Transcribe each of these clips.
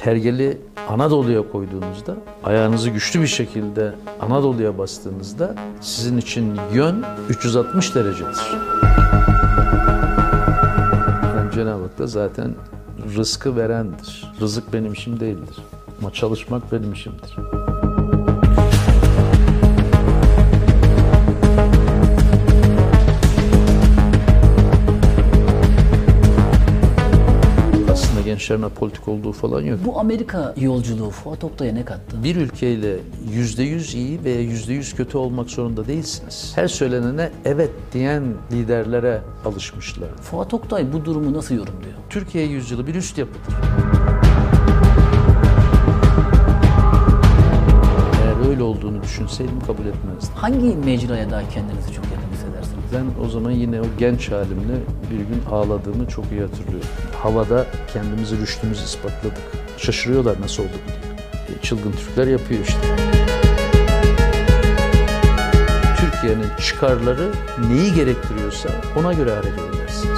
pergeli Anadolu'ya koyduğunuzda, ayağınızı güçlü bir şekilde Anadolu'ya bastığınızda sizin için yön 360 derecedir. Yani Cenab-ı Hak da zaten rızkı verendir. Rızık benim işim değildir. Ama çalışmak benim işimdir. Gençlerin apolitik olduğu falan yok. Bu Amerika yolculuğu Fuat Oktay'a ne kattı? Bir ülkeyle %100 iyi veya %100 kötü olmak zorunda değilsiniz. Her söylenene evet diyen liderlere alışmışlar. Fuat Oktay bu durumu nasıl yorumluyor? Türkiye yüzyılı bir üst yapıdır. Eğer öyle olduğunu düşünseydim kabul etmezdim. Hangi mecraya daha kendinizi çok yakın hissedersiniz? Ben o zaman yine o genç halimle bir gün ağladığımı çok iyi hatırlıyorum. Havada kendimizi, rüştümüzü ispatladık. Şaşırıyorlar nasıl oldu diye. Çılgın Türkler yapıyor işte. Türkiye'nin çıkarları neyi gerektiriyorsa ona göre hareket edersiniz.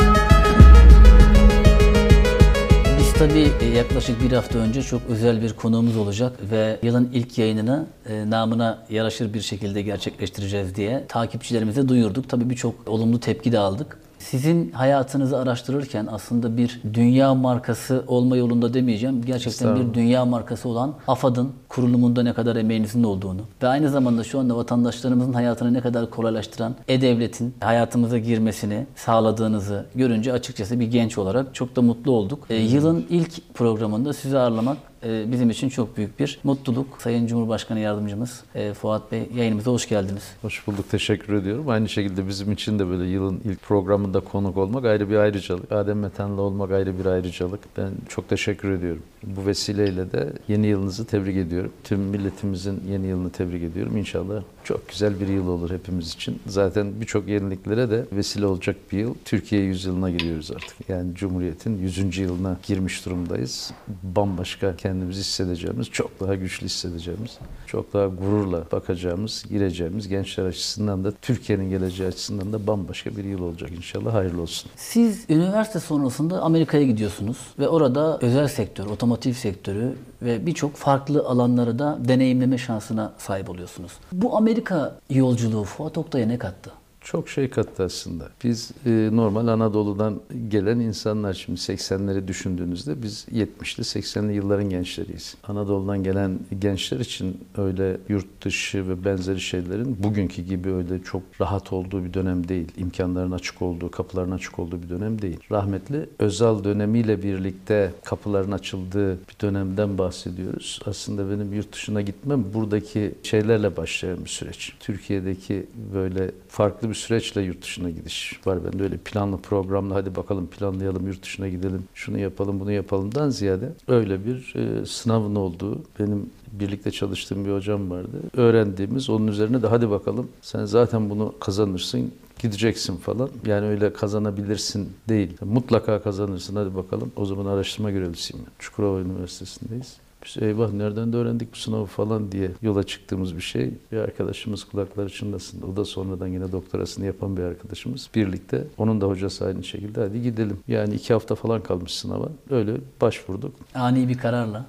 Biz tabii yaklaşık bir hafta önce çok özel bir konuğumuz olacak ve yılın ilk yayınını namına yaraşır bir şekilde gerçekleştireceğiz diye takipçilerimize duyurduk. Tabii birçok olumlu tepki de aldık. Sizin hayatınızı araştırırken aslında bir dünya markası olma yolunda demeyeceğim. Gerçekten bir dünya markası olan AFAD'ın kurulumunda ne kadar emeğinizin olduğunu ve aynı zamanda şu anda vatandaşlarımızın hayatını ne kadar kolaylaştıran E-Devlet'in hayatımıza girmesini sağladığınızı görünce açıkçası bir genç olarak çok da mutlu olduk. Yılın ilk programında sizi ağırlamak bizim için çok büyük bir mutluluk. Sayın Cumhurbaşkanı Yardımcımız Fuat Bey, yayınımıza hoş geldiniz. Hoş bulduk, teşekkür ediyorum. Aynı şekilde bizim için de böyle yılın ilk programında konuk olmak ayrı bir ayrıcalık. Adem Metan'la olmak ayrı bir ayrıcalık. Ben çok teşekkür ediyorum. Bu vesileyle de yeni yılınızı tebrik ediyorum. Tüm milletimizin yeni yılını tebrik ediyorum. İnşallah çok güzel bir yıl olur hepimiz için. Zaten birçok yeniliklere de vesile olacak bir yıl. Türkiye yüzyılına giriyoruz artık. Yani Cumhuriyet'in 100. yılına girmiş durumdayız. Bambaşka kendimizi hissedeceğimiz, çok daha güçlü hissedeceğimiz, çok daha gururla bakacağımız, gireceğimiz, gençler açısından da Türkiye'nin geleceği açısından da bambaşka bir yıl olacak inşallah. Hayırlı olsun. Siz üniversite sonrasında Amerika'ya gidiyorsunuz ve orada özel sektör, otomotiv sektörü ve birçok farklı alanları da deneyimleme şansına sahip oluyorsunuz. Bu Amerika yolculuğu Fuat Oktay'a ne kattı? Çok şey kattı aslında. Biz normal Anadolu'dan gelen insanlar, şimdi 80'leri düşündüğünüzde biz 70'li 80'li yılların gençleriyiz. Anadolu'dan gelen gençler için öyle yurt dışı ve benzeri şeylerin bugünkü gibi öyle çok rahat olduğu bir dönem değil. İmkanların açık olduğu, kapıların açık olduğu bir dönem değil. Rahmetli Özal dönemiyle birlikte kapıların açıldığı bir dönemden bahsediyoruz. Aslında benim yurt dışına gitmem buradaki şeylerle başlayan bir süreç. Türkiye'deki böyle farklı bir süreçle yurt dışına gidiş var. Ben de öyle planlı programlı hadi bakalım planlayalım yurt dışına gidelim, şunu yapalım bunu yapalımdan ziyade öyle bir sınavın olduğu, benim birlikte çalıştığım bir hocam vardı. Öğrendiğimiz, onun üzerine de hadi bakalım sen zaten bunu kazanırsın, gideceksin falan. Yani öyle kazanabilirsin değil. Mutlaka kazanırsın, hadi bakalım. O zaman araştırma görevlisiyim ben. Çukurova Üniversitesi'ndeyiz. Biz eyvah nereden de öğrendik bu sınavı falan diye yola çıktığımız bir şey. Bir arkadaşımız kulakları çınlasın. O da sonradan yine doktorasını yapan bir arkadaşımız. Birlikte onun da hocası aynı şekilde hadi gidelim. Yani 2 hafta falan kalmış sınava. Öyle başvurduk. Ani bir kararla.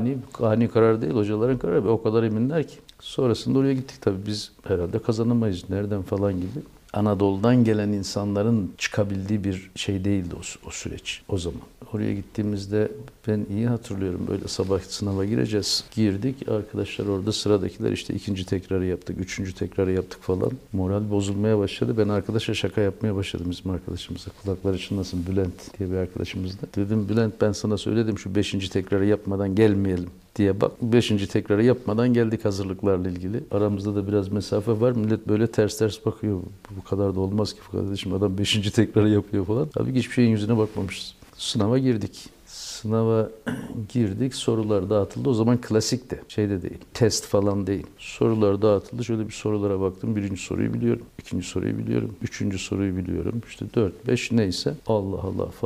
Ani karar değil, hocaların kararı. O kadar eminler ki. Sonrasında oraya gittik tabii biz herhalde kazanamayız. Nereden falan gibi. Anadolu'dan gelen insanların çıkabildiği bir şey değildi o süreç o zaman. Oraya gittiğimizde ben iyi hatırlıyorum, böyle sabah sınava gireceğiz. Girdik, arkadaşlar orada sıradakiler işte 2. tekrarı yaptık, 3. tekrarı yaptık falan. Moral bozulmaya başladı. Ben arkadaşa şaka yapmaya başladım bizim arkadaşımıza. Kulakları çınlasın, Bülent diye bir arkadaşımızda. Dedim Bülent ben sana söyledim şu 5. tekrarı yapmadan gelmeyelim diye bak. 5. tekrarı yapmadan geldik hazırlıklarla ilgili. Aramızda da biraz mesafe var. Millet böyle ters ters bakıyor. Bu kadar da olmaz ki kardeşim. Adam 5. tekrarı yapıyor falan. Tabii ki hiçbir şeyin yüzüne bakmamışız. Sınava girdik. Sınava girdik. Sorular dağıtıldı. O zaman klasikti. Şeyde değil. Test falan değil. Sorular dağıtıldı. Şöyle bir sorulara baktım. 1. soruyu biliyorum. 2. soruyu biliyorum. 3. soruyu biliyorum. İşte 4, 5 neyse. Allah Allah falan.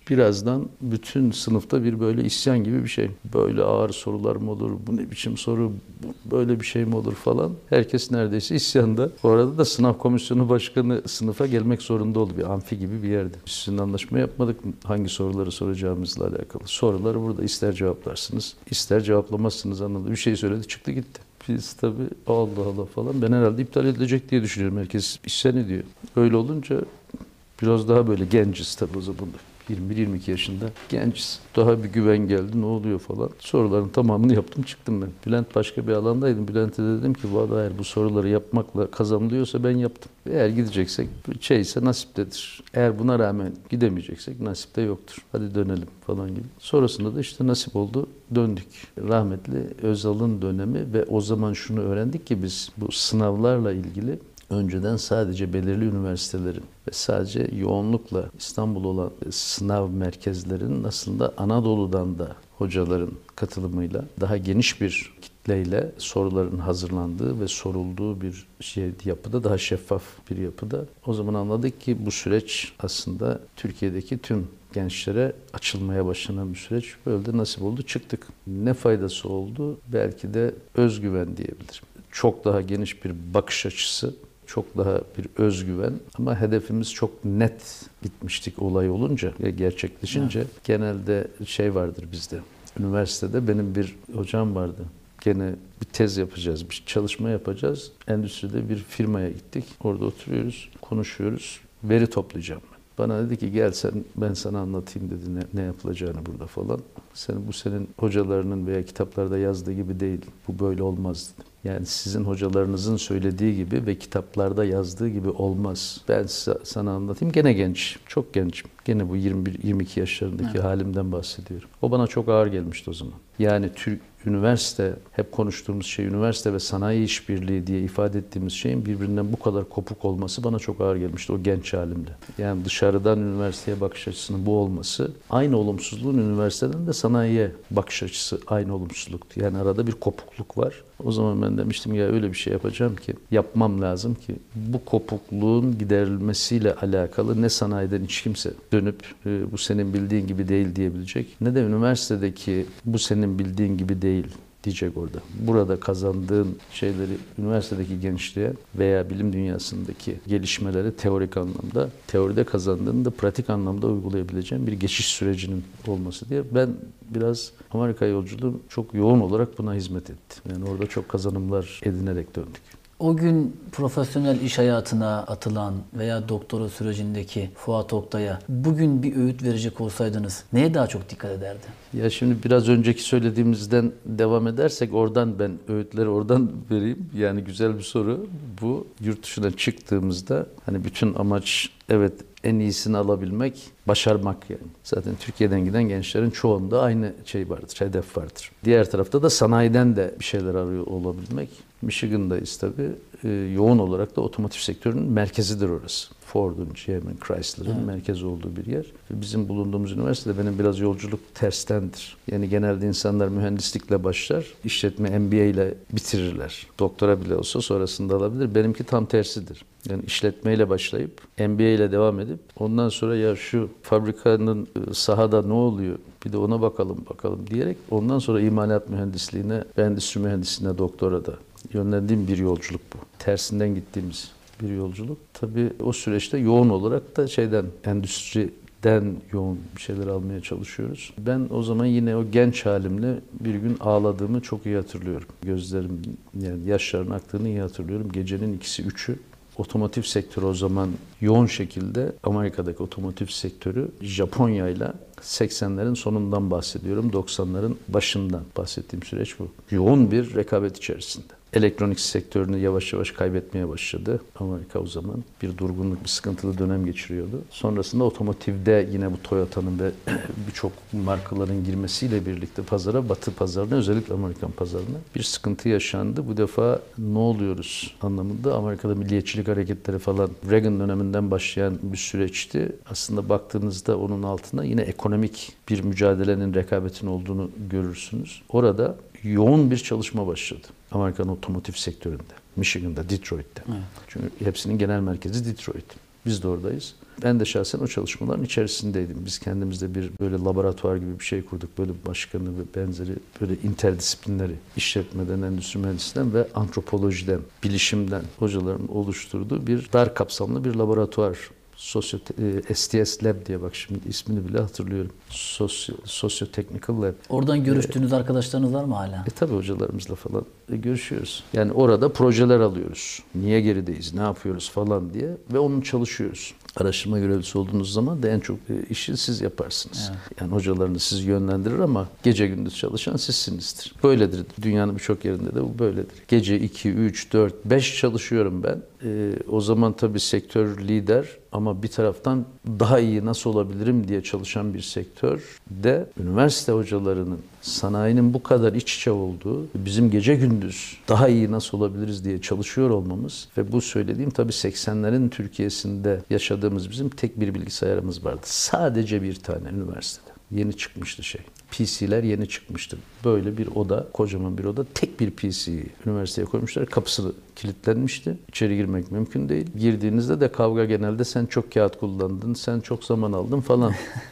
Birazdan bütün sınıfta bir böyle isyan gibi bir şey. Böyle ağır sorular mı olur? Bu ne biçim soru? Böyle bir şey mi olur falan. Herkes neredeyse isyanda. Bu arada da sınav komisyonu başkanı sınıfa gelmek zorunda oldu. Bir amfi gibi bir yerde. Biz sizinle anlaşma yapmadık. Hangi soruları soracağımızla alakalı. Soruları burada ister cevaplarsınız, ister cevaplamazsınız anlamında. Bir şey söyledi, çıktı gitti. Biz tabii Allah Allah falan. Ben herhalde iptal edilecek diye düşünüyorum. Herkes isyan ediyor. Öyle olunca biraz daha böyle genciz tabii o zaman da. 21-22 yaşında genciz. Daha bir güven geldi, ne oluyor falan. Soruların tamamını yaptım, çıktım ben. Bülent başka bir alandaydım. Bülent'e dedim ki eğer bu soruları yapmakla kazanılıyorsa ben yaptım. Eğer gideceksek şeyse nasiptedir. Eğer buna rağmen gidemeyeceksek nasipte yoktur. Hadi dönelim falan gibi. Sonrasında da işte nasip oldu, döndük. Rahmetli Özal'ın dönemi ve o zaman şunu öğrendik ki biz bu sınavlarla ilgili önceden sadece belirli üniversitelerin ve sadece yoğunlukla İstanbul olan sınav merkezlerinin aslında Anadolu'dan da hocaların katılımıyla daha geniş bir kitleyle soruların hazırlandığı ve sorulduğu bir yapıda, daha şeffaf bir yapıda. O zaman anladık ki bu süreç aslında Türkiye'deki tüm gençlere açılmaya başlanan bir süreç. Böyle de nasip oldu, çıktık. Ne faydası oldu? Belki de özgüven diyebilirim. Çok daha geniş bir bakış açısı, çok daha bir özgüven ama hedefimiz çok net gitmiştik olay olunca ve gerçekleşince genelde şey vardır bizde. Üniversitede benim bir hocam vardı. Gene bir tez yapacağız, bir çalışma yapacağız. Endüstride bir firmaya gittik. Orada oturuyoruz, konuşuyoruz. Veri toplayacağım ben. Bana dedi ki gel ben sana anlatayım dedi ne yapılacağını burada falan. Bu senin hocalarının veya kitaplarda yazdığı gibi değil. Bu böyle olmaz dedi. Yani sizin hocalarınızın söylediği gibi ve kitaplarda yazdığı gibi olmaz. Ben sana anlatayım. Gene genç, çok gençim. Gene bu 21-22 yaşlarındaki halimden bahsediyorum. O bana çok ağır gelmişti o zaman. Yani üniversite, hep konuştuğumuz şey üniversite ve sanayi işbirliği diye ifade ettiğimiz şeyin birbirinden bu kadar kopuk olması bana çok ağır gelmişti o genç halimde. Yani dışarıdan üniversiteye bakış açısının bu olması, aynı olumsuzluğun üniversiteden de sanayiye bakış açısı aynı olumsuzluktu. Yani arada bir kopukluk var. O zaman ben demiştim ya öyle bir şey yapacağım ki, yapmam lazım ki bu kopukluğun giderilmesiyle alakalı ne sanayiden hiç kimse dönüp bu senin bildiğin gibi değil diyebilecek, ne de üniversitedeki bu senin bildiğin gibi değil diyecek orada. Burada kazandığın şeyleri üniversitedeki gençliğe veya bilim dünyasındaki gelişmeleri teorik anlamda, teoride kazandığını da pratik anlamda uygulayabileceğin bir geçiş sürecinin olması diye ben biraz Amerika yolculuğum çok yoğun olarak buna hizmet etti. Yani orada çok kazanımlar edinerek döndük. O gün profesyonel iş hayatına atılan veya doktora sürecindeki Fuat Oktay'a bugün bir öğüt verecek olsaydınız neye daha çok dikkat ederdi? Ya şimdi biraz önceki söylediğimizden devam edersek ben öğütleri oradan vereyim. Yani güzel bir soru. Bu yurt dışına çıktığımızda hani bütün amaç evet en iyisini alabilmek, başarmak yani. Zaten Türkiye'den giden gençlerin çoğunda aynı şey vardır, hedef vardır. Diğer tarafta da sanayiden de bir şeyler arıyor olabilmek. Michigan'dayız tabii. Yoğun olarak da otomotiv sektörünün merkezidir orası. Ford'un, GM'in, Chrysler'ın merkezi olduğu bir yer. Ve bizim bulunduğumuz üniversitede benim biraz yolculuk terstendir. Yani genelde insanlar mühendislikle başlar, işletme MBA ile bitirirler. Doktora bile olsa sonrasında alabilir. Benimki tam tersidir. Yani işletmeyle başlayıp MBA ile devam edip ondan sonra ya şu fabrikanın sahada ne oluyor bir de ona bakalım diyerek ondan sonra imalat mühendisliğine ve endüstri mühendisliğine doktora da yönlendiğim bir yolculuk bu. Tersinden gittiğimiz bir yolculuk. Tabii o süreçte yoğun olarak da endüstriden yoğun bir şeyler almaya çalışıyoruz. Ben o zaman yine o genç halimle bir gün ağladığımı çok iyi hatırlıyorum. Gözlerim yani yaşların aktığını iyi hatırlıyorum. Gecenin 2'si 3'ü. Otomotiv sektörü o zaman yoğun şekilde Amerika'daki otomotiv sektörü Japonya'yla 80'lerin sonundan bahsediyorum. 90'ların başından bahsettiğim süreç bu. Yoğun bir rekabet içerisinde. Elektronik sektörünü yavaş yavaş kaybetmeye başladı. Amerika o zaman bir durgunluk, bir sıkıntılı dönem geçiriyordu. Sonrasında otomotivde yine bu Toyota'nın ve birçok markaların girmesiyle birlikte pazara, Batı pazarına, özellikle Amerikan pazarına bir sıkıntı yaşandı. Bu defa ne oluyoruz anlamında Amerika'da milliyetçilik hareketleri falan Reagan döneminden başlayan bir süreçti. Aslında baktığınızda onun altında yine ekonomik bir mücadelenin, rekabetin olduğunu görürsünüz. Orada yoğun bir çalışma başladı. Amerikan otomotiv sektöründe. Michigan'da, Detroit'te. Evet. Çünkü hepsinin genel merkezi Detroit. Biz de oradayız. Ben de şahsen o çalışmaların içerisindeydim. Biz kendimizde bir böyle laboratuvar gibi bir şey kurduk. Böyle başkanı ve benzeri böyle interdisiplinleri işletmeden, endüstri mühendisinden ve antropolojiden, bilişimden hocaların oluşturduğu bir dar kapsamlı bir laboratuvar. STS Lab diye, bak şimdi ismini bile hatırlıyorum. Socio-Technical Lab. Oradan görüştüğünüz arkadaşlarınız var mı hala? Tabii hocalarımızla falan görüşüyoruz. Yani orada projeler alıyoruz. Niye gerideyiz, ne yapıyoruz falan diye ve onun çalışıyoruz. Araştırma görevlisi olduğunuz zaman da en çok işi siz yaparsınız. Evet. Yani hocalarınız sizi yönlendirir ama gece gündüz çalışan sizsinizdir. Böyledir. Dünyanın birçok yerinde de bu böyledir. Gece 2, 3, 4, 5 çalışıyorum ben. O zaman tabii sektör lider ama bir taraftan daha iyi nasıl olabilirim diye çalışan bir sektörde üniversite hocalarının, sanayinin bu kadar iç içe olduğu, bizim gece gündüz daha iyi nasıl olabiliriz diye çalışıyor olmamız ve bu söylediğim tabii 80'lerin Türkiye'sinde yaşadığımız bizim tek bir bilgisayarımız vardı. Sadece bir tane üniversitede. Yeni çıkmıştı şey. PC'ler yeni çıkmıştı. Böyle bir oda, kocaman bir oda, tek bir PC'yi üniversiteye koymuşlar. Kapısı kilitlenmişti. İçeri girmek mümkün değil. Girdiğinizde de kavga genelde sen çok kağıt kullandın, sen çok zaman aldın falan.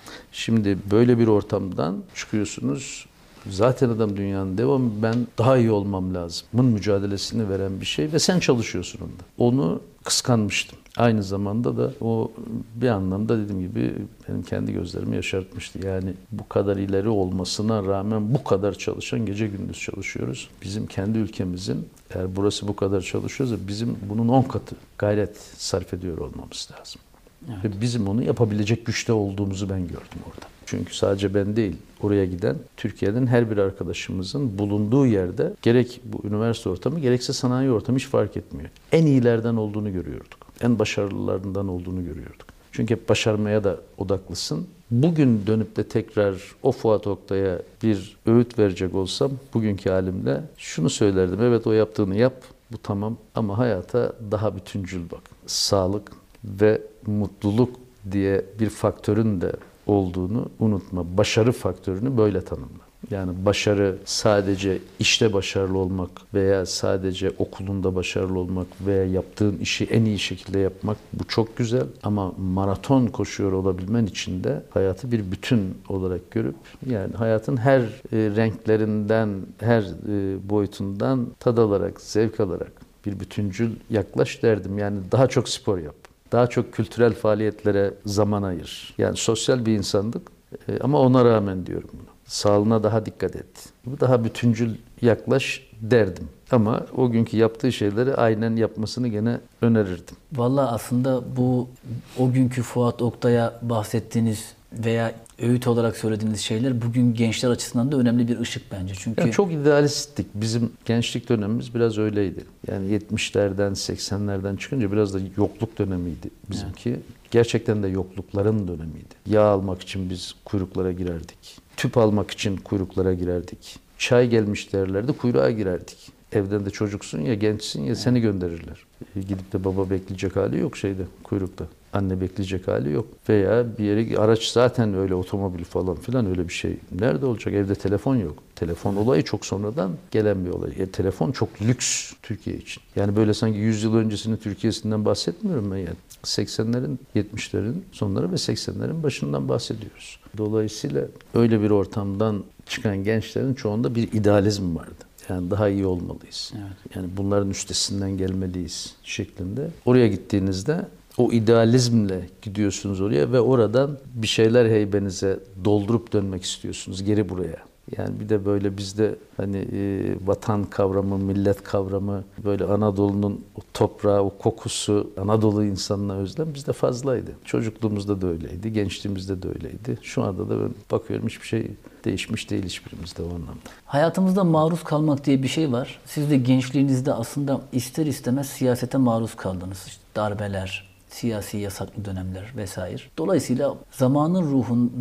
Şimdi böyle bir ortamdan çıkıyorsunuz. Zaten adam dünyanın devamı, ben daha iyi olmam lazım. Bunun mücadelesini veren bir şey ve sen çalışıyorsun onda. Onu kıskanmıştım. Aynı zamanda da o bir anlamda dediğim gibi benim kendi gözlerimi yaşartmıştı. Yani bu kadar ileri olmasına rağmen bu kadar çalışan, gece gündüz çalışıyoruz. Bizim kendi ülkemizin, eğer burası bu kadar çalışıyorsa bizim bunun 10 katı gayret sarf ediyor olmamız lazım. Evet. Ve bizim onu yapabilecek güçte olduğumuzu ben gördüm orada. Çünkü sadece ben değil, oraya giden Türkiye'nin her bir arkadaşımızın bulunduğu yerde gerek bu üniversite ortamı gerekse sanayi ortamı hiç fark etmiyor. En iyilerden olduğunu görüyorduk. En başarılılarından olduğunu görüyorduk. Çünkü hep başarmaya da odaklısın. Bugün dönüp de tekrar o Fuat Oktay'a bir öğüt verecek olsam bugünkü halimle şunu söylerdim. Evet, o yaptığını yap, bu tamam, ama hayata daha bütüncül bak. Sağlık ve mutluluk diye bir faktörün de olduğunu unutma. Başarı faktörünü böyle tanımla. Yani başarı sadece işte başarılı olmak veya sadece okulunda başarılı olmak veya yaptığın işi en iyi şekilde yapmak, bu çok güzel, ama maraton koşuyor olabilmen için de hayatı bir bütün olarak görüp yani hayatın her renklerinden, her boyutundan tad alarak, zevk alarak bir bütüncül yaklaş derdim. Yani daha çok spor yap. Daha çok kültürel faaliyetlere zaman ayır. Yani sosyal bir insandık ama ona rağmen diyorum bunu. Sağlığına daha dikkat et. Daha bütüncül yaklaş derdim. Ama o günkü yaptığı şeyleri aynen yapmasını gene önerirdim. Vallahi aslında bu o günkü Fuat Oktay'a bahsettiğiniz veya öğüt olarak söylediğiniz şeyler bugün gençler açısından da önemli bir ışık bence. Çünkü yani çok idealisttik. Bizim gençlik dönemimiz biraz öyleydi. Yani 70'lerden, 80'lerden çıkınca biraz da yokluk dönemiydi bizimki. Evet. Gerçekten de yoklukların dönemiydi. Yağ almak için biz kuyruklara girerdik. Tüp almak için kuyruklara girerdik. Çay gelmiş derlerdi, kuyruğa girerdik. Evden de çocuksun ya, gençsin ya, seni gönderirler. Gidip de baba bekleyecek hali yok kuyrukta. Anne bekleyecek hali yok. Veya bir yere, araç zaten öyle, otomobil falan filan öyle bir şey. Nerede olacak? Evde telefon yok. Telefon olayı çok sonradan gelen bir olay. Telefon çok lüks Türkiye için. Yani böyle sanki 100 yıl öncesinin Türkiye'sinden bahsetmiyorum ben yani. 80'lerin, 70'lerin sonları ve 80'lerin başından bahsediyoruz. Dolayısıyla öyle bir ortamdan çıkan gençlerin çoğunda bir idealizm vardı. Yani daha iyi olmalıyız. Evet. Yani bunların üstesinden gelmeliyiz şeklinde. Oraya gittiğinizde o idealizmle gidiyorsunuz oraya ve oradan bir şeyler heybenize doldurup dönmek istiyorsunuz geri buraya. Yani bir de böyle bizde hani vatan kavramı, millet kavramı, böyle Anadolu'nun o toprağı, o kokusu, Anadolu insanına özlem bizde fazlaydı. Çocukluğumuzda da öyleydi, gençliğimizde de öyleydi. Şu anda da ben bakıyorum hiçbir şey değişmiş değil hiçbirimizde o anlamda. Hayatımızda maruz kalmak diye bir şey var. Siz de gençliğinizde aslında ister istemez siyasete maruz kaldınız. İşte darbeler, siyasi yasaklı dönemler vesaire. Dolayısıyla zamanın ruhunda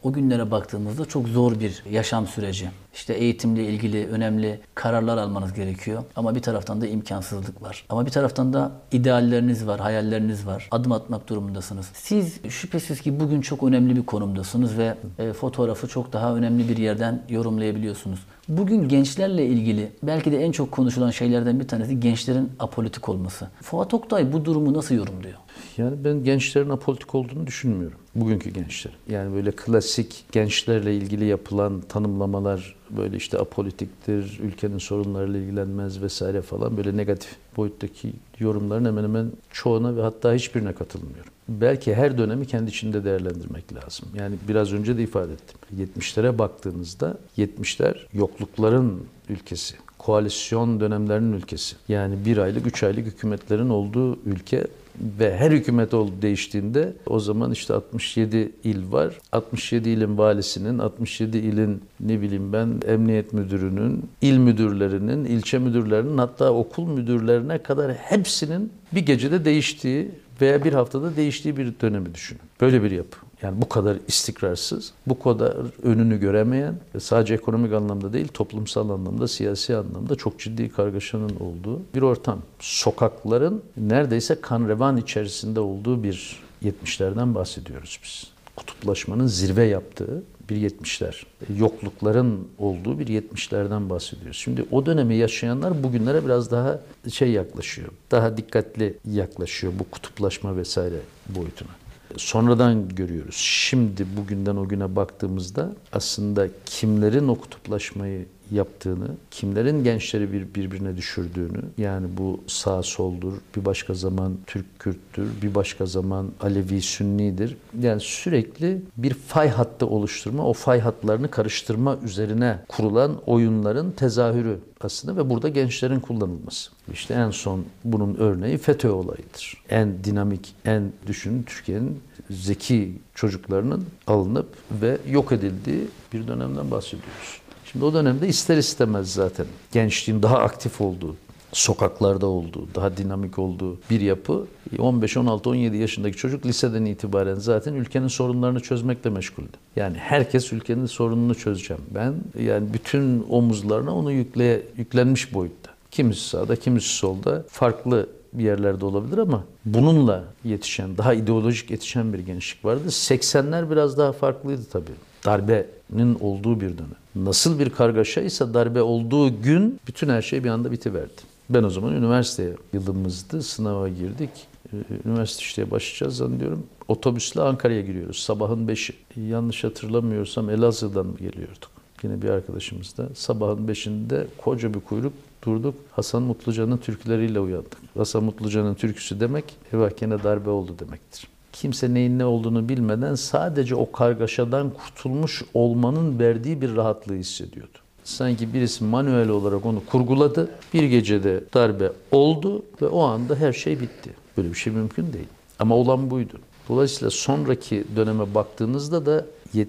o günlere baktığımızda çok zor bir yaşam süreci. İşte eğitimle ilgili önemli kararlar almanız gerekiyor. Ama bir taraftan da imkansızlık var. Ama bir taraftan da idealleriniz var, hayalleriniz var. Adım atmak durumundasınız. Siz şüphesiz ki bugün çok önemli bir konumdasınız ve fotoğrafı çok daha önemli bir yerden yorumlayabiliyorsunuz. Bugün gençlerle ilgili belki de en çok konuşulan şeylerden bir tanesi gençlerin apolitik olması. Fuat Oktay bu durumu nasıl yorumluyor? Yani ben gençlerin apolitik olduğunu düşünmüyorum. Bugünkü gençler. Yani böyle klasik gençlerle ilgili yapılan tanımlamalar böyle işte apolitiktir, ülkenin sorunlarıyla ilgilenmez vesaire falan böyle negatif boyuttaki yorumların hemen hemen çoğuna ve hatta hiçbirine katılmıyorum. Belki her dönemi kendi içinde değerlendirmek lazım. Yani biraz önce de ifade ettim. 70'lere baktığınızda 70'ler yoklukların ülkesi. Koalisyon dönemlerinin ülkesi. Yani 1 aylık, 3 aylık hükümetlerin olduğu ülke ve her hükümet değiştiğinde o zaman işte 67 il var. 67 ilin valisinin, 67 ilin ne bileyim ben emniyet müdürünün, il müdürlerinin, ilçe müdürlerinin hatta okul müdürlerine kadar hepsinin bir gecede değiştiği veya bir haftada değiştiği bir dönemi düşünün. Böyle bir yapı. Yani bu kadar istikrarsız, bu kadar önünü göremeyen, sadece ekonomik anlamda değil, toplumsal anlamda, siyasi anlamda çok ciddi kargaşanın olduğu bir ortam. Sokakların neredeyse kan revan içerisinde olduğu bir 70'lerden bahsediyoruz biz. Kutuplaşmanın zirve yaptığı bir 70'ler. Yoklukların olduğu bir 70'lerden bahsediyoruz. Şimdi o dönemi yaşayanlar bugünlere biraz daha yaklaşıyor. Daha dikkatli yaklaşıyor bu kutuplaşma vesaire boyutuna. Sonradan görüyoruz. Şimdi bugünden o güne baktığımızda aslında kimlerin o kutuplaşmayı yaptığını, kimlerin gençleri birbirine düşürdüğünü, yani bu sağ soldur, bir başka zaman Türk Kürttür, bir başka zaman Alevi Sünnidir. Yani sürekli bir fay hattı oluşturma, o fay hatlarını karıştırma üzerine kurulan oyunların tezahürü aslında ve burada gençlerin kullanılması. İşte en son bunun örneği FETÖ olayıdır. En dinamik, düşünün Türkiye'nin zeki çocuklarının alınıp ve yok edildiği bir dönemden bahsediyoruz. Şimdi o dönemde ister istemez zaten gençliğin daha aktif olduğu, sokaklarda olduğu, daha dinamik olduğu bir yapı. 15, 16, 17 yaşındaki çocuk liseden itibaren zaten ülkenin sorunlarını çözmekle meşguldü. Yani herkes ülkenin sorununu çözeceğim. Ben yani bütün omuzlarına onu yüklenmiş boyutta. Kimisi sağda, kimisi solda, farklı bir yerlerde olabilir ama bununla yetişen, daha ideolojik yetişen bir gençlik vardı. 80'ler biraz daha farklıydı tabii. Darbenin olduğu bir dönem. Nasıl bir kargaşaysa darbe olduğu gün bütün her şey bir anda bitiverdi. Ben o zaman üniversiteye yılımızdı, sınava girdik. Üniversite işleye başlayacağız zannediyorum. Otobüsle Ankara'ya giriyoruz. Sabahın 5'i. Yanlış hatırlamıyorsam Elazığ'dan mı geliyorduk? Yine bir arkadaşımız da. Sabahın 5'inde koca bir kuyruk durduk. Hasan Mutlucan'ın türküleriyle uyandık. Hasan Mutlucan'ın türküsü demek, eyvah gene darbe oldu demektir. Kimse neyin ne olduğunu bilmeden sadece o kargaşadan kurtulmuş olmanın verdiği bir rahatlığı hissediyordu. Sanki birisi manuel olarak onu kurguladı. Bir gecede darbe oldu ve o anda her şey bitti. Böyle bir şey mümkün değil. Ama olan buydu. Dolayısıyla sonraki döneme baktığınızda da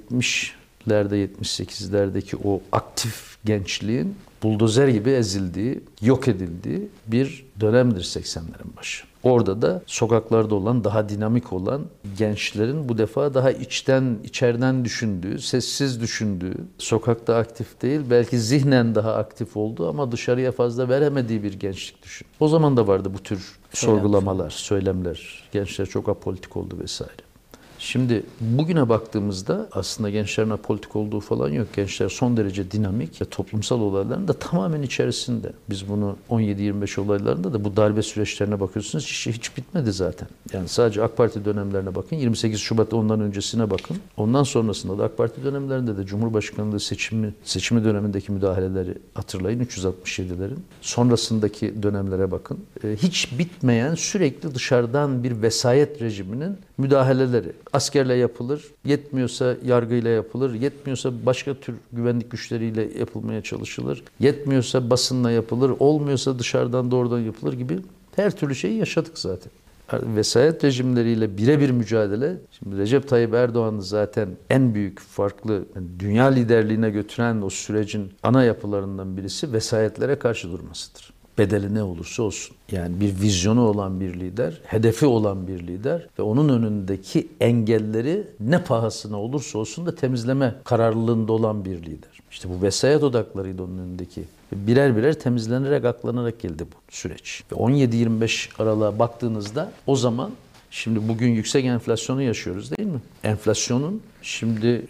70'lerde, 78'lerdeki o aktif gençliğin buldozer gibi ezildiği, yok edildiği bir dönemdir 80'lerin başı. Orada da sokaklarda olan, daha dinamik olan gençlerin bu defa daha içeriden düşündüğü, sessiz düşündüğü, sokakta aktif değil, belki zihnen daha aktif olduğu ama dışarıya fazla veremediği bir gençlik düşün. O zaman da vardı bu tür sorgulamalar, söylemler. Gençler çok apolitik oldu vesaire. Şimdi bugüne baktığımızda aslında gençlerin apolitik olduğu falan yok. Gençler son derece dinamik ve toplumsal olayların da tamamen içerisinde. Biz bunu 17-25 olaylarında da bu darbe süreçlerine bakıyorsunuz. Hiç bitmedi zaten. Yani sadece AK Parti dönemlerine bakın. 28 Şubat'ta ondan öncesine bakın. Ondan sonrasında da AK Parti dönemlerinde de Cumhurbaşkanlığı seçimi dönemindeki müdahaleleri hatırlayın. 367'lerin. Sonrasındaki dönemlere bakın. Hiç bitmeyen sürekli dışarıdan bir vesayet rejiminin müdahaleleri. Askerle yapılır, yetmiyorsa yargıyla yapılır, yetmiyorsa başka tür güvenlik güçleriyle yapılmaya çalışılır, yetmiyorsa basınla yapılır, olmuyorsa dışarıdan doğrudan yapılır gibi her türlü şeyi yaşadık zaten. Vesayet rejimleriyle birebir mücadele, şimdi Recep Tayyip Erdoğan'ı zaten en büyük farklı, yani dünya liderliğine götüren o sürecin ana yapılarından birisi vesayetlere karşı durmasıdır. Bedeli ne olursa olsun. Yani bir vizyonu olan bir lider, hedefi olan bir lider ve onun önündeki engelleri ne pahasına olursa olsun da temizleme kararlılığında olan bir lider. İşte bu vesayet odaklarıydı onun önündeki. Birer birer temizlenerek, aklanarak geldi bu süreç. Ve 17-25 Aralık'a baktığınızda o zaman, şimdi bugün yüksek enflasyonu yaşıyoruz değil mi? Enflasyonun şimdi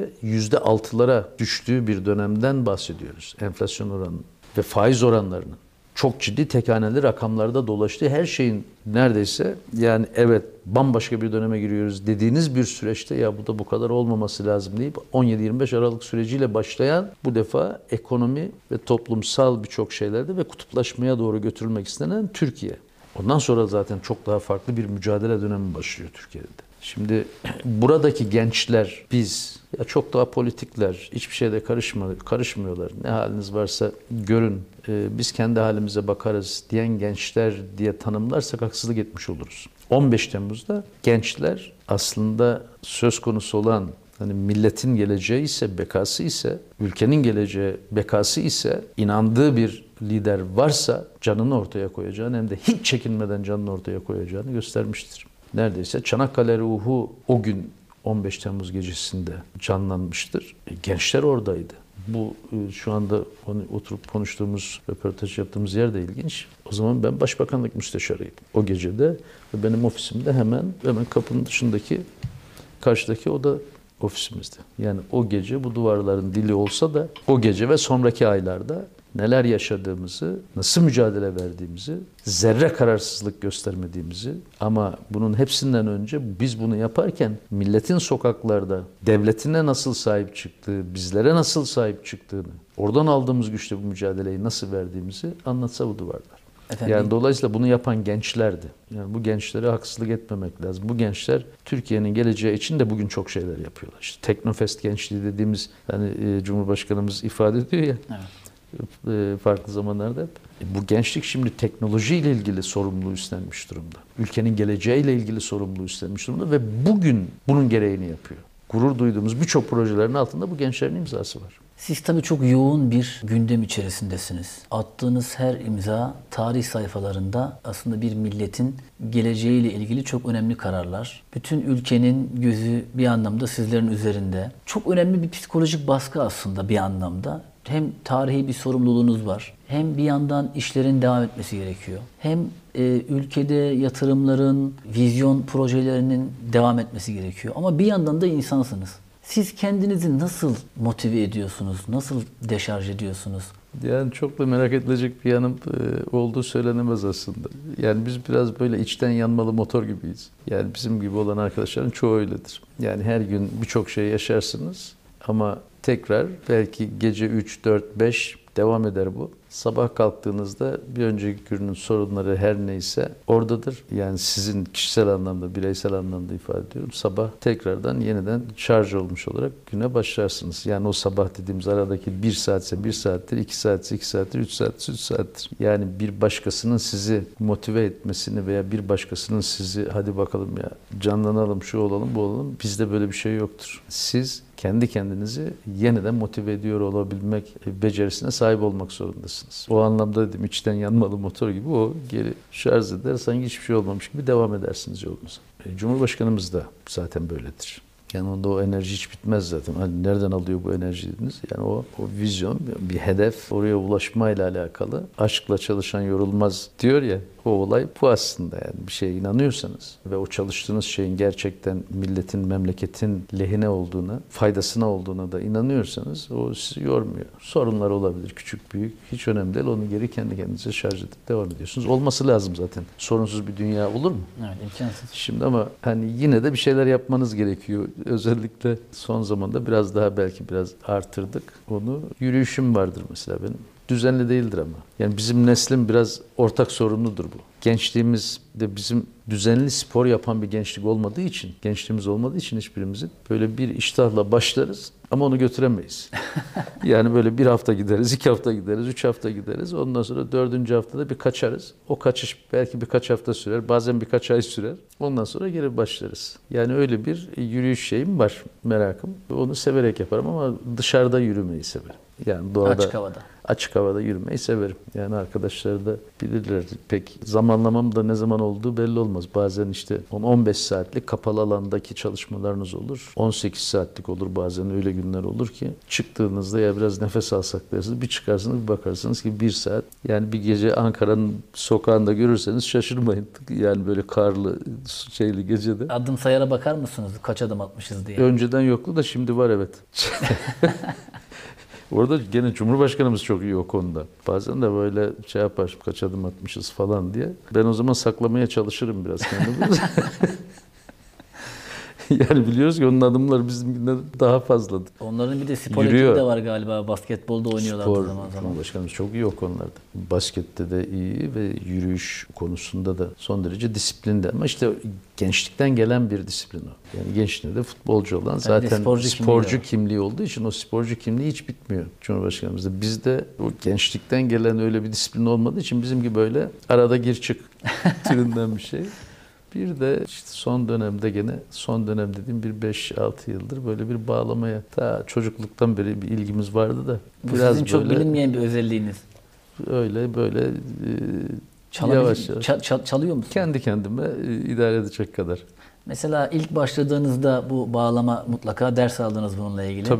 %6'lara düştüğü bir dönemden bahsediyoruz. Enflasyon oranının ve faiz oranlarının çok ciddi tek haneli rakamlarda dolaştığı, her şeyin neredeyse yani evet bambaşka bir döneme giriyoruz dediğiniz bir süreçte ya bu da bu kadar olmaması lazım deyip 17-25 Aralık süreciyle başlayan, bu defa ekonomi ve toplumsal birçok şeylerde ve kutuplaşmaya doğru götürülmek istenen Türkiye. Ondan sonra zaten çok daha farklı bir mücadele dönemi başlıyor Türkiye'de. Şimdi buradaki gençler, biz ya çok daha politikler, hiçbir şeyde karışmıyorlar. Ne haliniz varsa görün, biz kendi halimize bakarız diyen gençler diye tanımlarsak haksızlık etmiş oluruz. 15 Temmuz'da gençler aslında söz konusu olan, hani milletin geleceği ise, bekası ise, ülkenin geleceği, bekası ise, inandığı bir lider varsa canını ortaya koyacağını, hem de hiç çekinmeden canını ortaya koyacağını göstermiştir. Neredeyse Çanakkale ruhu o gün 15 Temmuz gecesinde canlanmıştır. Gençler oradaydı. Bu şu anda oturup konuştuğumuz, röportaj yaptığımız yer de ilginç. O zaman ben Başbakanlık Müsteşarıydım o gecede ve benim ofisimde hemen kapının dışındaki, karşıdaki oda ofisimizde. Yani o gece bu duvarların dili olsa da o gece ve sonraki aylarda neler yaşadığımızı, nasıl mücadele verdiğimizi, zerre kararsızlık göstermediğimizi, ama bunun hepsinden önce biz bunu yaparken milletin sokaklarda devletine nasıl sahip çıktığı, bizlere nasıl sahip çıktığını, oradan aldığımız güçle bu mücadeleyi nasıl verdiğimizi anlatsa bu duvarlar. Efendim? Yani dolayısıyla bunu yapan gençlerdi. Yani bu gençlere haksızlık etmemek lazım. Bu gençler Türkiye'nin geleceği için de bugün çok şeyler yapıyorlar. İşte Teknofest gençliği dediğimiz, hani Cumhurbaşkanımız ifade ediyor ya. Evet. Farklı zamanlarda hep. Bu gençlik şimdi teknolojiyle ilgili sorumluluğu üstlenmiş durumda. Ülkenin geleceğiyle ilgili sorumluluğu üstlenmiş durumda ve bugün bunun gereğini yapıyor. Gurur duyduğumuz birçok projelerin altında bu gençlerin imzası var. Siz tabii çok yoğun bir gündem içerisindesiniz. Attığınız her imza tarih sayfalarında aslında bir milletin geleceğiyle ilgili çok önemli kararlar. Bütün ülkenin gözü bir anlamda sizlerin üzerinde. Çok önemli bir psikolojik baskı aslında bir anlamda. Hem tarihi bir sorumluluğunuz var, hem bir yandan işlerin devam etmesi gerekiyor. Hem ülkede yatırımların, vizyon projelerinin devam etmesi gerekiyor. Ama bir yandan da insansınız. Siz kendinizi nasıl motive ediyorsunuz, nasıl deşarj ediyorsunuz? Yani çok da merak edilecek bir yanım olduğu söylenemez aslında. Yani biz biraz böyle içten yanmalı motor gibiyiz. Yani bizim gibi olan arkadaşların çoğu öyledir. Yani her gün birçok şey yaşarsınız ama tekrar belki gece 3, 4, 5 devam eder bu. Sabah kalktığınızda bir önceki günün sorunları her neyse oradadır. Yani sizin kişisel anlamda, bireysel anlamda ifade ediyorum. Sabah tekrardan yeniden şarj olmuş olarak güne başlarsınız. Yani o sabah dediğimiz aradaki 1 saatse 1 saattir, 2 saatse 2 saattir, 3 saatse 3 saattir. Yani bir başkasının sizi motive etmesini veya bir başkasının sizi hadi bakalım ya canlanalım, şu olalım, bu olalım. Bizde böyle bir şey yoktur. Siz kendi kendinizi yeniden motive ediyor olabilmek becerisine sahip olmak zorundasınız. O anlamda dedim, içten yanmalı motor gibi o geri şarj eder, sanki hiçbir şey olmamış gibi devam edersiniz yolunuza. Cumhurbaşkanımız da zaten böyledir. Yani onda o enerji hiç bitmez zaten. Hani nereden alıyor bu enerji dediniz? Yani o vizyon, bir hedef, oraya ulaşmayla alakalı. Aşkla çalışan yorulmaz diyor ya. O olay bu aslında, yani bir şeye inanıyorsanız ve o çalıştığınız şeyin gerçekten milletin, memleketin lehine olduğuna, faydasına olduğuna da inanıyorsanız o sizi yormuyor. Sorunlar olabilir, küçük büyük, hiç önemli değil. Onu geri kendi kendinize şarj edip devam ediyorsunuz. Olması lazım zaten. Sorunsuz bir dünya olur mu? Evet, imkansız. Şimdi ama hani yine de bir şeyler yapmanız gerekiyor. Özellikle son zamanda biraz daha belki biraz artırdık onu. Yürüyüşüm vardır mesela benim. Düzenli değildir ama. Yani bizim neslin biraz ortak sorumludur bu. Gençliğimizde bizim düzenli spor yapan bir gençlik olmadığı için, gençliğimiz olmadığı için hiçbirimizin böyle bir iştahla başlarız ama onu götüremeyiz. Yani böyle 1 hafta gideriz, 2 hafta gideriz, 3 hafta gideriz. Ondan sonra 4. haftada bir kaçarız. O kaçış belki birkaç hafta sürer, bazen birkaç ay sürer. Ondan sonra geri başlarız. Yani öyle bir yürüyüş şeyim var, merakım. Onu severek yaparım ama dışarıda yürümeyi severim. Yani doğada. Açık havada. açık havada yürümeyi severim. Yani arkadaşlar da bilirler. Pek zamanlamam da ne zaman olduğu belli olmaz. Bazen işte 10-15 saatlik kapalı alandaki çalışmalarınız olur. 18 saatlik olur, bazen öyle günler olur ki çıktığınızda ya biraz nefes alsak dersiniz. Bir çıkarsınız, bir bakarsınız ki 1 saat. Yani bir gece Ankara'nın sokağında görürseniz şaşırmayın. Yani böyle karlı, şeyli gecede. Adım sayara bakar mısınız? Kaç adım atmışız diye. Önceden yoktu da şimdi var, evet. Orada gene Cumhurbaşkanımız çok iyi o konuda. Bazen de böyle şey yapar, kaç adım atmışız falan diye. Ben o zaman saklamaya çalışırım biraz kendimi. Yani biliyoruz ki onun adımları bizimkinden daha fazladır. Onların bir de spor Yürüyor. ekibi de var galiba. Basketbolda oynuyorlar zaman zaman. Cumhurbaşkanımız çok iyi o konularda. Baskette de iyi ve yürüyüş konusunda da son derece disiplinde. Ama işte gençlikten gelen bir disiplin o. Yani gençliğinde de futbolcu olan zaten sporcu kimliği olduğu için o sporcu kimliği hiç bitmiyor Cumhurbaşkanımızda. Bizde o gençlikten gelen öyle bir disiplin olmadığı için bizimki böyle arada gir çık türünden bir şey. Bir de işte son dönem dediğim bir 5-6 yıldır böyle bir bağlamaya, ta çocukluktan beri bir ilgimiz vardı da. Bu biraz sizin çok bilinmeyen bir özelliğiniz. Öyle böyle yavaş yavaş. Çalıyor musunuz? Kendi kendime idare edecek kadar. Mesela ilk başladığınızda bu bağlama mutlaka ders aldınız bununla ilgili. Tabii.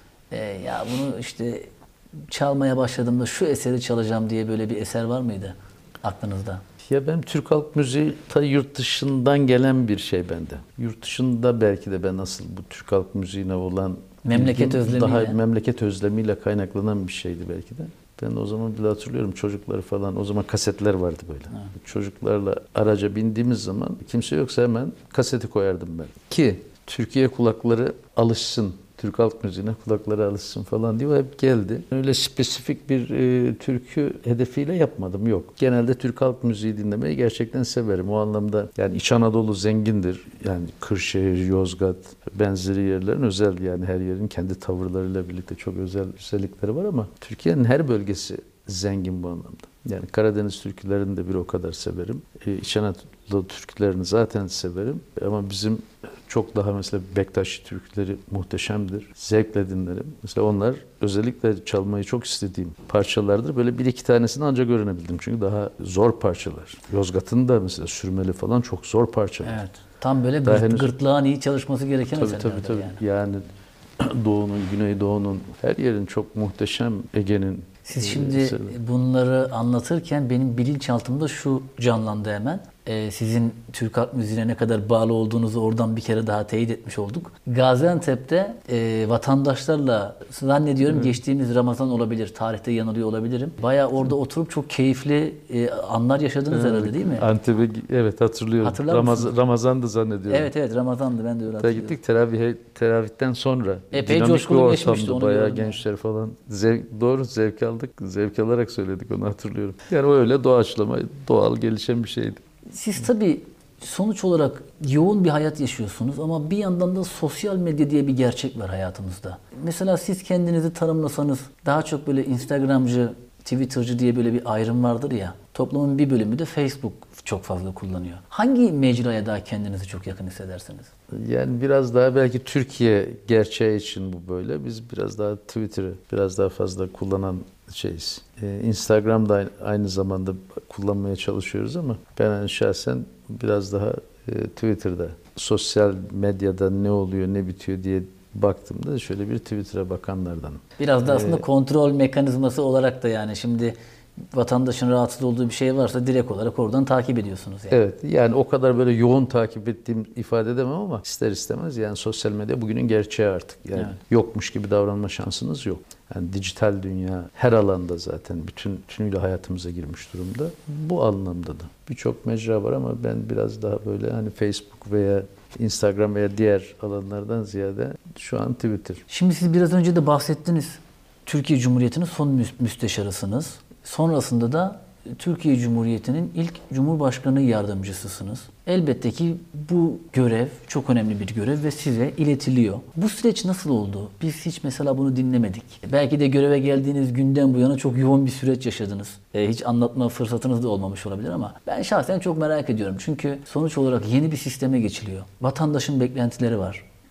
Ya bunu işte çalmaya başladığımda şu eseri çalacağım diye böyle bir eser var mıydı aklınızda? Ya benim Türk halk müziği ta yurt dışından gelen bir şey bende. Yurt dışında belki de ben asıl bu Türk halk müziğine olan memleket özlemiyle. Daha memleket özlemiyle kaynaklanan bir şeydi belki de. Ben o zaman bile hatırlıyorum çocukları falan. O zaman kasetler vardı böyle. Ha. Çocuklarla araca bindiğimiz zaman kimse yoksa hemen kaseti koyardım ben. Ki Türkiye kulakları alışsın. Türk halk müziğine kulakları alışsın falan diye hep geldi. Öyle spesifik bir türkü hedefiyle yapmadım, yok. Genelde Türk halk müziği dinlemeyi gerçekten severim. O anlamda yani İç Anadolu zengindir. Yani Kırşehir, Yozgat benzeri yerlerin özel, yani her yerin kendi tavırlarıyla birlikte çok özel özellikleri var ama Türkiye'nin her bölgesi zengin bu anlamda. Yani Karadeniz türkülerini de bir o kadar severim. İç Anadolu türkülerini zaten severim. Ama bizim çok daha mesela Bektaşi türküleri muhteşemdir. Zevkle dinlerim. Mesela onlar özellikle çalmayı çok istediğim parçalardır. Böyle 1-2 tanesini ancak öğrenebildim. Çünkü daha zor parçalar. Yozgat'ın da mesela Sürmeli falan çok zor parçalar. Evet. Tam böyle gırtlağın iyi çalışması gereken eserlerdir tabii. Yani Doğu'nun, Güneydoğu'nun, her yerin çok muhteşem, Ege'nin. Siz şimdi bunları anlatırken benim bilinçaltımda şu canlandı hemen. Sizin Türk halk müziğine ne kadar bağlı olduğunuzu oradan bir kere daha teyit etmiş olduk. Gaziantep'te vatandaşlarla zannediyorum geçtiğimiz Ramazan olabilir. Tarihte yanılıyor olabilirim. Bayağı orada oturup çok keyifli anlar yaşadınız herhalde, değil mi? Antep'e, evet, hatırlıyorum. Hatırlar mısınız? Ramazan'dı zannediyorum. Evet Ramazan'dı, ben de öyle hatırlıyorum. Gittik teravihten sonra. Epey dinamik coşkulu geçmişti, onu bayağı gördüm. Gençler falan. Doğru, zevk aldık. Zevk alarak söyledik, onu hatırlıyorum. Yani o öyle doğaçlama, doğal gelişen bir şeydi. Siz tabii sonuç olarak yoğun bir hayat yaşıyorsunuz ama bir yandan da sosyal medya diye bir gerçek var hayatımızda. Mesela siz kendinizi tanımlasanız daha çok böyle Instagramcı, Twitter'cı diye böyle bir ayrım vardır ya. Toplumun bir bölümü de Facebook çok fazla kullanıyor. Hangi mecraya daha kendinizi çok yakın hissedersiniz? Yani biraz daha belki Türkiye gerçeği için bu böyle. Biz biraz daha Twitter'ı biraz daha fazla kullanan şeyiz. Instagram'da aynı zamanda kullanmaya çalışıyoruz ama ben yani şahsen biraz daha Twitter'da, sosyal medyada ne oluyor ne bitiyor diye baktığımda şöyle bir Twitter'a bakanlardanım. Biraz da aslında kontrol mekanizması olarak da, yani şimdi vatandaşın rahatsız olduğu bir şey varsa direkt olarak oradan takip ediyorsunuz yani. Evet, yani o kadar böyle yoğun takip ettiğim ifade edemem ama ister istemez yani sosyal medya bugünün gerçeği artık. Yani yokmuş gibi davranma şansınız yok. Yani dijital dünya her alanda zaten bütünüyle hayatımıza girmiş durumda. Bu anlamda da birçok mecra var ama ben biraz daha böyle hani Facebook veya Instagram veya diğer alanlardan ziyade şu an Twitter. Şimdi siz biraz önce de bahsettiniz. Türkiye Cumhuriyeti'nin son müsteşarısınız. Sonrasında da Türkiye Cumhuriyeti'nin ilk Cumhurbaşkanı yardımcısısınız. Elbette ki bu görev çok önemli bir görev ve size iletiliyor. Bu süreç nasıl oldu? Biz hiç mesela bunu dinlemedik. Belki de göreve geldiğiniz günden bu yana çok yoğun bir süreç yaşadınız. Hiç anlatma fırsatınız da olmamış olabilir ama ben şahsen çok merak ediyorum. Çünkü sonuç olarak yeni bir sisteme geçiliyor. Vatandaşın beklentileri var.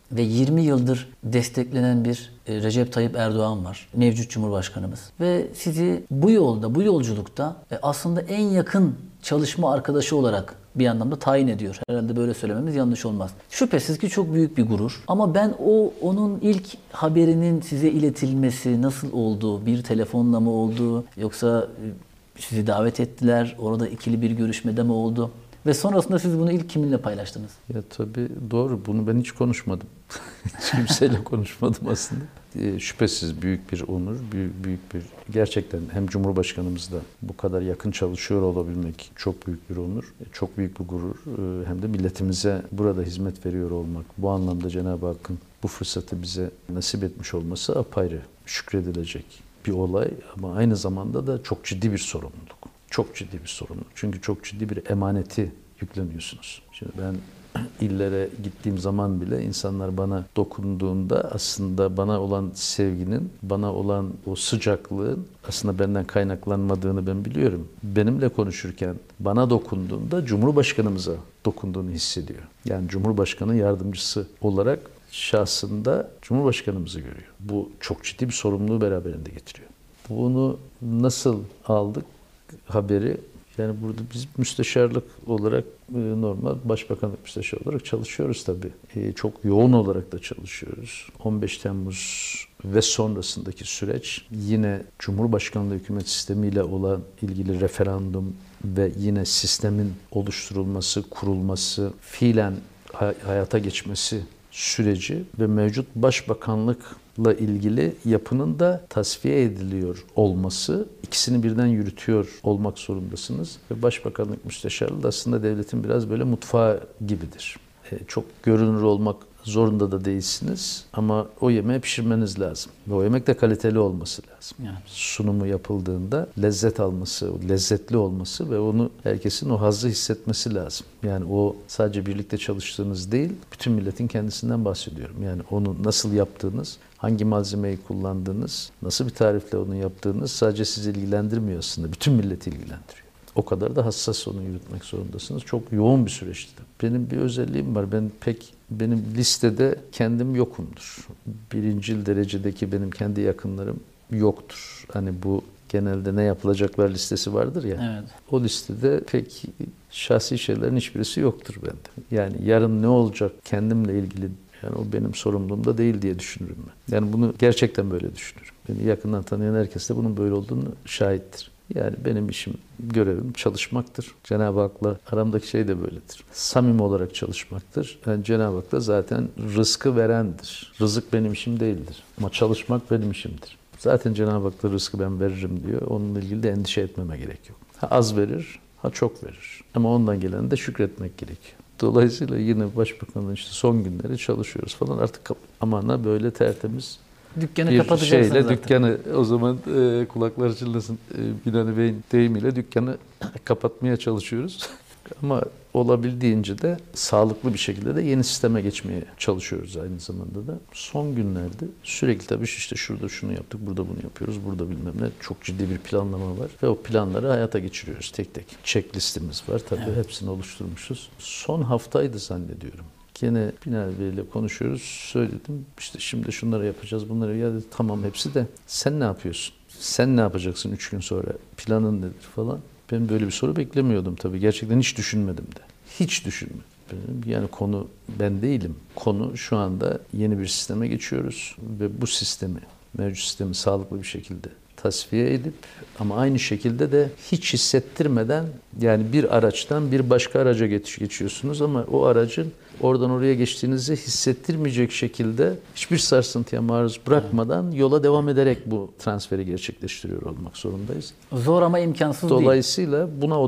ve 20 yıldır desteklenen bir Recep Tayyip Erdoğan var. Mevcut Cumhurbaşkanımız. Ve sizi bu yolda, bu yolculukta aslında en yakın çalışma arkadaşı olarak bir anlamda tayin ediyor. Herhalde böyle söylememiz yanlış olmaz. Şüphesiz ki çok büyük bir gurur. Ama ben onun ilk haberinin size iletilmesi nasıl oldu? Bir telefonla mı oldu? Yoksa sizi davet ettiler? Orada ikili bir görüşmede mi oldu? Ve sonrasında siz bunu ilk kiminle paylaştınız? Ya tabii doğru. Bunu ben hiç konuşmadım. Hiç kimseyle konuşmadım aslında. Şüphesiz büyük bir onur, büyük bir gerçekten hem Cumhurbaşkanımızla bu kadar yakın çalışıyor olabilmek çok büyük bir onur, çok büyük bir gurur. Hem de milletimize burada hizmet veriyor olmak. Bu anlamda Cenab-ı Hakk'ın bu fırsatı bize nasip etmiş olması apayrı şükredilecek bir olay ama aynı zamanda da çok ciddi bir sorumluluk. Çok ciddi bir sorumluluk. Çünkü çok ciddi bir emaneti yükleniyorsunuz. Şimdi ben illere gittiğim zaman bile insanlar bana dokunduğunda aslında bana olan sevginin, bana olan o sıcaklığın aslında benden kaynaklanmadığını ben biliyorum. Benimle konuşurken bana dokunduğunda Cumhurbaşkanımıza dokunduğunu hissediyor. Yani Cumhurbaşkanı yardımcısı olarak şahsında Cumhurbaşkanımızı görüyor. Bu çok ciddi bir sorumluluğu beraberinde getiriyor. Bunu nasıl aldık haberi? Yani burada biz müsteşarlık olarak normal başbakanlık müsteşarı olarak çalışıyoruz tabii. Çok yoğun olarak da çalışıyoruz. 15 Temmuz ve sonrasındaki süreç yine Cumhurbaşkanlığı hükümet sistemiyle olan ilgili referandum ve yine sistemin oluşturulması, kurulması, fiilen hayata geçmesi süreci ve mevcut başbakanlıkla ilgili yapının da tasfiye ediliyor olması, ikisini birden yürütüyor olmak zorundasınız. Ve başbakanlık müsteşarlığı da aslında devletin biraz böyle mutfağı gibidir. Çok görünür olmak zorunda da değilsiniz ama o yemeği pişirmeniz lazım. Ve o yemek de kaliteli olması lazım. Yani sunumu yapıldığında lezzet alması, lezzetli olması ve onu herkesin o hazzı hissetmesi lazım. Yani o sadece birlikte çalıştığınız değil, bütün milletin kendisinden bahsediyorum. Yani onu nasıl yaptığınız, hangi malzemeyi kullandığınız, nasıl bir tarifle onu yaptığınız sadece sizi ilgilendirmiyor aslında. Bütün milleti ilgilendiriyor. O kadar da hassas onu yürütmek zorundasınız. Çok yoğun bir süreçti. Benim bir özelliğim var. Benim listede kendim yokumdur. Birincil derecedeki benim kendi yakınlarım yoktur. Hani bu genelde ne yapılacaklar listesi vardır ya. Evet. O listede pek şahsi şeylerin hiçbirisi yoktur bende. Yani yarın ne olacak kendimle ilgili, yani o benim sorumluluğumda değil diye düşünürüm ben. Yani bunu gerçekten böyle düşünürüm. Beni yakından tanıyan herkes de bunun böyle olduğunu şahittir. Yani benim işim, görevim çalışmaktır. Cenab-ı Hak'la aramdaki şey de böyledir. Samimi olarak çalışmaktır. Yani Cenab-ı Hak da zaten rızkı verendir. Rızık benim işim değildir. Ama çalışmak benim işimdir. Zaten Cenab-ı Hak da rızkı ben veririm diyor. Onunla ilgili de endişe etmeme gerek yok. Ha az verir, ha çok verir. Ama ondan geleni de şükretmek gerekiyor. Dolayısıyla yine Başbakan'ın işte son günleri çalışıyoruz falan. Artık amana böyle tertemiz dükkanı kapatacaksınız zaten. Dükkanı o zaman kulaklar çınlasın Binali Bey'in deyimiyle dükkanı kapatmaya çalışıyoruz. Ama olabildiğince de sağlıklı bir şekilde de yeni sisteme geçmeye çalışıyoruz aynı zamanda da. Son günlerde sürekli tabii işte şurada şunu yaptık, burada bunu yapıyoruz, burada bilmem ne. Çok ciddi bir planlama var ve o planları hayata geçiriyoruz tek tek. Checklistimiz var tabii, evet. Hepsini oluşturmuşuz. Son haftaydı zannediyorum. Yine Binali Bey ile konuşuyoruz. Söyledim işte şimdi şunları yapacağız, bunları ya dedi, tamam hepsi de sen ne yapıyorsun? Sen ne yapacaksın 3 gün sonra? Planın nedir falan. Ben böyle bir soru beklemiyordum tabii. Gerçekten hiç düşünmedim de. Hiç düşünmedim. Yani konu ben değilim. Konu şu anda yeni bir sisteme geçiyoruz ve bu sistemi, mevcut sistemi sağlıklı bir şekilde tasfiye edip ama aynı şekilde de hiç hissettirmeden yani bir araçtan bir başka araca geçiyorsunuz ama o aracın oradan oraya geçtiğinizi hissettirmeyecek şekilde hiçbir sarsıntıya maruz bırakmadan yola devam ederek bu transferi gerçekleştiriyor olmak zorundayız. Zor ama imkansız değil. Dolayısıyla buna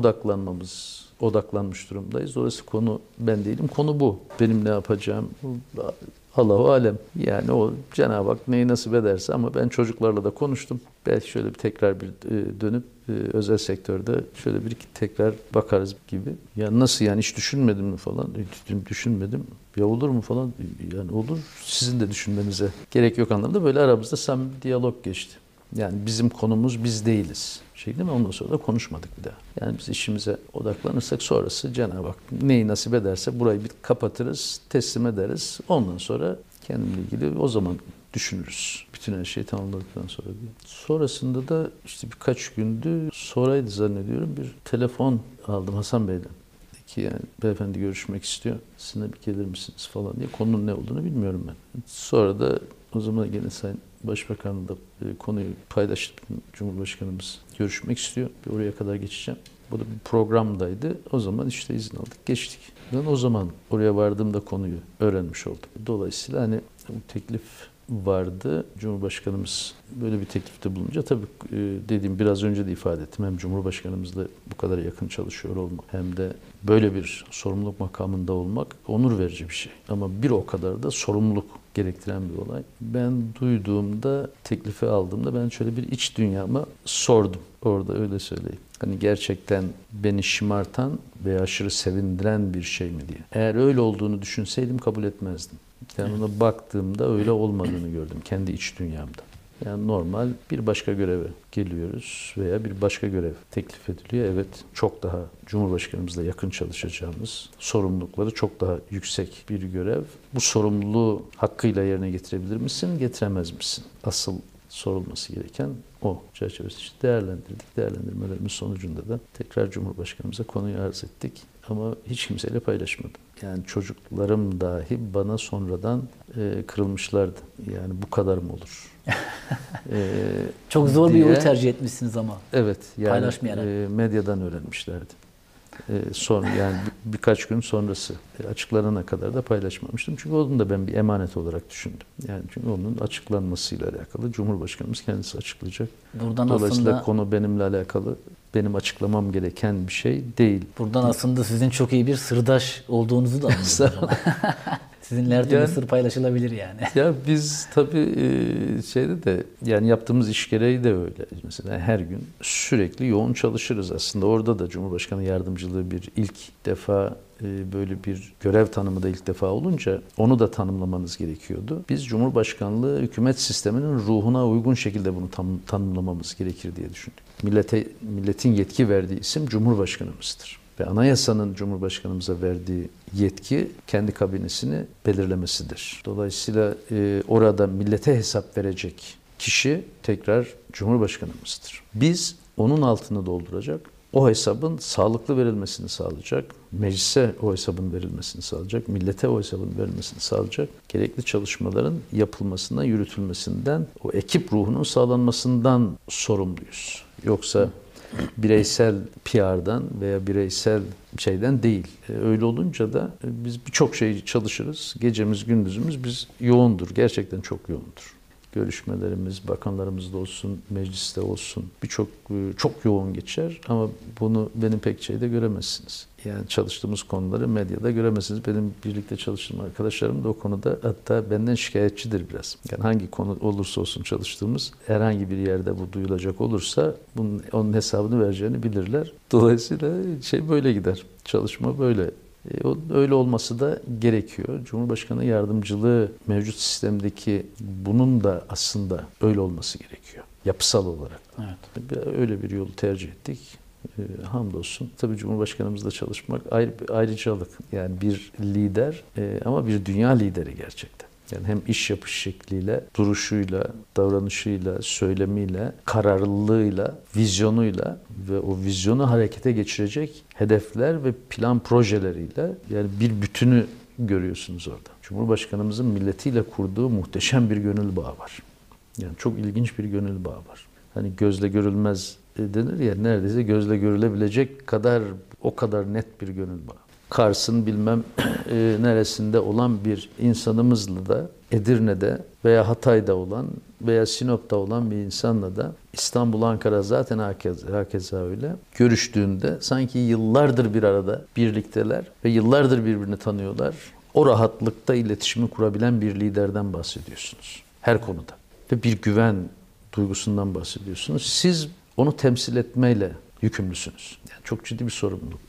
odaklanmış durumdayız. Dolayısıyla konu ben değilim, konu bu. Benim ne yapacağım Allahu alem. Yani o Cenab-ı Hak neyi nasip ederse ama ben çocuklarla da konuştum. Belki şöyle bir tekrar bir dönüp özel sektörde şöyle bir tekrar bakarız gibi. Ya nasıl yani hiç düşünmedim mi falan? Düşünmedim. Ya olur mu falan? Yani olur. Sizin de düşünmenize gerek yok anlamda böyle aramızda samimi bir diyalog geçti. Yani bizim konumuz biz değiliz. Değil mi? Ondan sonra da konuşmadık bir daha. Yani biz işimize odaklanırsak sonrası Cenab-ı Hak neyi nasip ederse burayı bir kapatırız, teslim ederiz. Ondan sonra Kendimle ilgili o zaman düşünürüz. Bütün her şeyi tamamladıktan sonra diye. Sonrasında da işte birkaç gündü, sonraydı zannediyorum, bir telefon aldım Hasan Bey'den. Ki yani beyefendi görüşmek istiyor. Sizinle bir gelir misiniz falan diye. Konunun ne olduğunu bilmiyorum ben. Sonra da o zaman gene Sayın Başbakan'la da konuyu paylaştık. Cumhurbaşkanımız görüşmek istiyor. Bir oraya kadar geçeceğim. Bu da bir programdaydı. O zaman işte izin aldık, geçtik. Ben o zaman oraya vardığımda konuyu öğrenmiş oldum. Dolayısıyla hani bu teklif vardı. Cumhurbaşkanımız böyle bir teklifte bulunca tabii dediğim biraz önce de ifade ettim. Hem Cumhurbaşkanımızla bu kadar yakın çalışıyor olmak hem de böyle bir sorumluluk makamında olmak onur verici bir şey. Ama bir o kadar da sorumluluk gerektiren bir olay. Ben duyduğumda, teklifi aldığımda ben şöyle bir iç dünyama sordum. Orada öyle söyleyeyim. Hani gerçekten beni şımartan veya aşırı sevindiren bir şey mi diye. Eğer öyle olduğunu düşünseydim kabul etmezdim. Yani ona baktığımda öyle olmadığını gördüm kendi iç dünyamda. Yani normal bir başka göreve geliyoruz veya bir başka görev teklif ediliyor. Evet, çok daha Cumhurbaşkanımızla yakın çalışacağımız, sorumlulukları çok daha yüksek bir görev. Bu sorumluluğu hakkıyla yerine getirebilir misin, getiremez misin? Asıl sorulması gereken o çerçevesi için değerlendirdik. Değerlendirmelerimiz sonucunda da tekrar Cumhurbaşkanımıza konuyu arz ettik. Ama hiç kimseyle paylaşmadım. Yani çocuklarım dahi bana sonradan kırılmışlardı. Yani bu kadar mı olur? Çok zor bir diye, yolu tercih etmişsiniz ama. Evet. Yani Paylaşmayarak. Medyadan öğrenmişlerdi. Sonra yani birkaç gün sonrası açıklanana kadar da paylaşmamıştım. Çünkü onu da ben bir emanet olarak düşündüm. Yani çünkü onun açıklanmasıyla alakalı Cumhurbaşkanımız kendisi açıklayacak. Buradan Dolayısıyla aslında konu benimle alakalı, benim açıklamam gereken bir şey değil. buradan aslında sizin çok iyi bir sırdaş olduğunuzu da anlıyoruz. Sizinle her türlü sır paylaşılabilir yani. Ya biz tabii şeyde de yani yaptığımız iş gereği de öyle. Mesela her gün sürekli yoğun çalışırız aslında. Orada da Cumhurbaşkanı yardımcılığı bir ilk defa böyle bir görev tanımı da ilk defa olunca onu da tanımlamanız gerekiyordu. Biz Cumhurbaşkanlığı hükümet sisteminin ruhuna uygun şekilde bunu tanımlamamız gerekir diye düşündük. Milletin yetki verdiği isim Cumhurbaşkanımızdır. Ve anayasanın Cumhurbaşkanımıza verdiği yetki kendi kabinesini belirlemesidir. Dolayısıyla orada millete hesap verecek kişi tekrar Cumhurbaşkanımızdır. Biz onun altını dolduracak, o hesabın sağlıklı verilmesini sağlayacak, meclise o hesabın verilmesini sağlayacak, millete o hesabın verilmesini sağlayacak, gerekli çalışmaların yapılmasından, yürütülmesinden, o ekip ruhunun sağlanmasından sorumluyuz. Yoksa bireysel PR'dan veya bireysel şeyden değil. Öyle olunca da biz birçok şey çalışırız. Gecemiz, gündüzümüz biz yoğundur. Gerçekten çok yoğundur. Görüşmelerimiz, bakanlarımızda olsun, mecliste olsun çok yoğun geçer ama bunu benim pek şeyde göremezsiniz. Yani çalıştığımız konuları medyada göremezsiniz. Benim birlikte çalıştığım arkadaşlarım da o konuda hatta benden şikayetçidir biraz. Yani hangi konu olursa olsun çalıştığımız herhangi bir yerde bu duyulacak olursa onun hesabını vereceğini bilirler. Dolayısıyla böyle gider. Çalışma böyle. Öyle olması da gerekiyor. Cumhurbaşkanı yardımcılığı mevcut sistemdeki bunun da aslında öyle olması gerekiyor. Yapısal olarak. Evet. Öyle bir yolu tercih ettik. Hamdolsun. Tabii Cumhurbaşkanımızla çalışmak ayrıcalık. Yani bir lider ama bir dünya lideri gerçekten. Yani hem iş yapış şekliyle, duruşuyla, davranışıyla, söylemiyle, kararlılığıyla, vizyonuyla ve o vizyonu harekete geçirecek hedefler ve plan projeleriyle yani bir bütünü görüyorsunuz orada. Cumhurbaşkanımızın milletiyle kurduğu muhteşem bir gönül bağı var. Yani çok ilginç bir gönül bağı var. Hani gözle görülmez denir ya, neredeyse gözle görülebilecek kadar, o kadar net bir gönül bağı. Kars'ın bilmem neresinde olan bir insanımızla da Edirne'de veya Hatay'da olan veya Sinop'ta olan bir insanla da İstanbul, Ankara zaten hakeza öyle. Görüştüğünde sanki yıllardır bir arada birlikteler ve yıllardır birbirini tanıyorlar. O rahatlıkta iletişimi kurabilen bir liderden bahsediyorsunuz. Her konuda. Ve bir güven duygusundan bahsediyorsunuz. Siz onu temsil etmeyle yükümlüsünüz. Yani çok ciddi bir sorumluluk bu.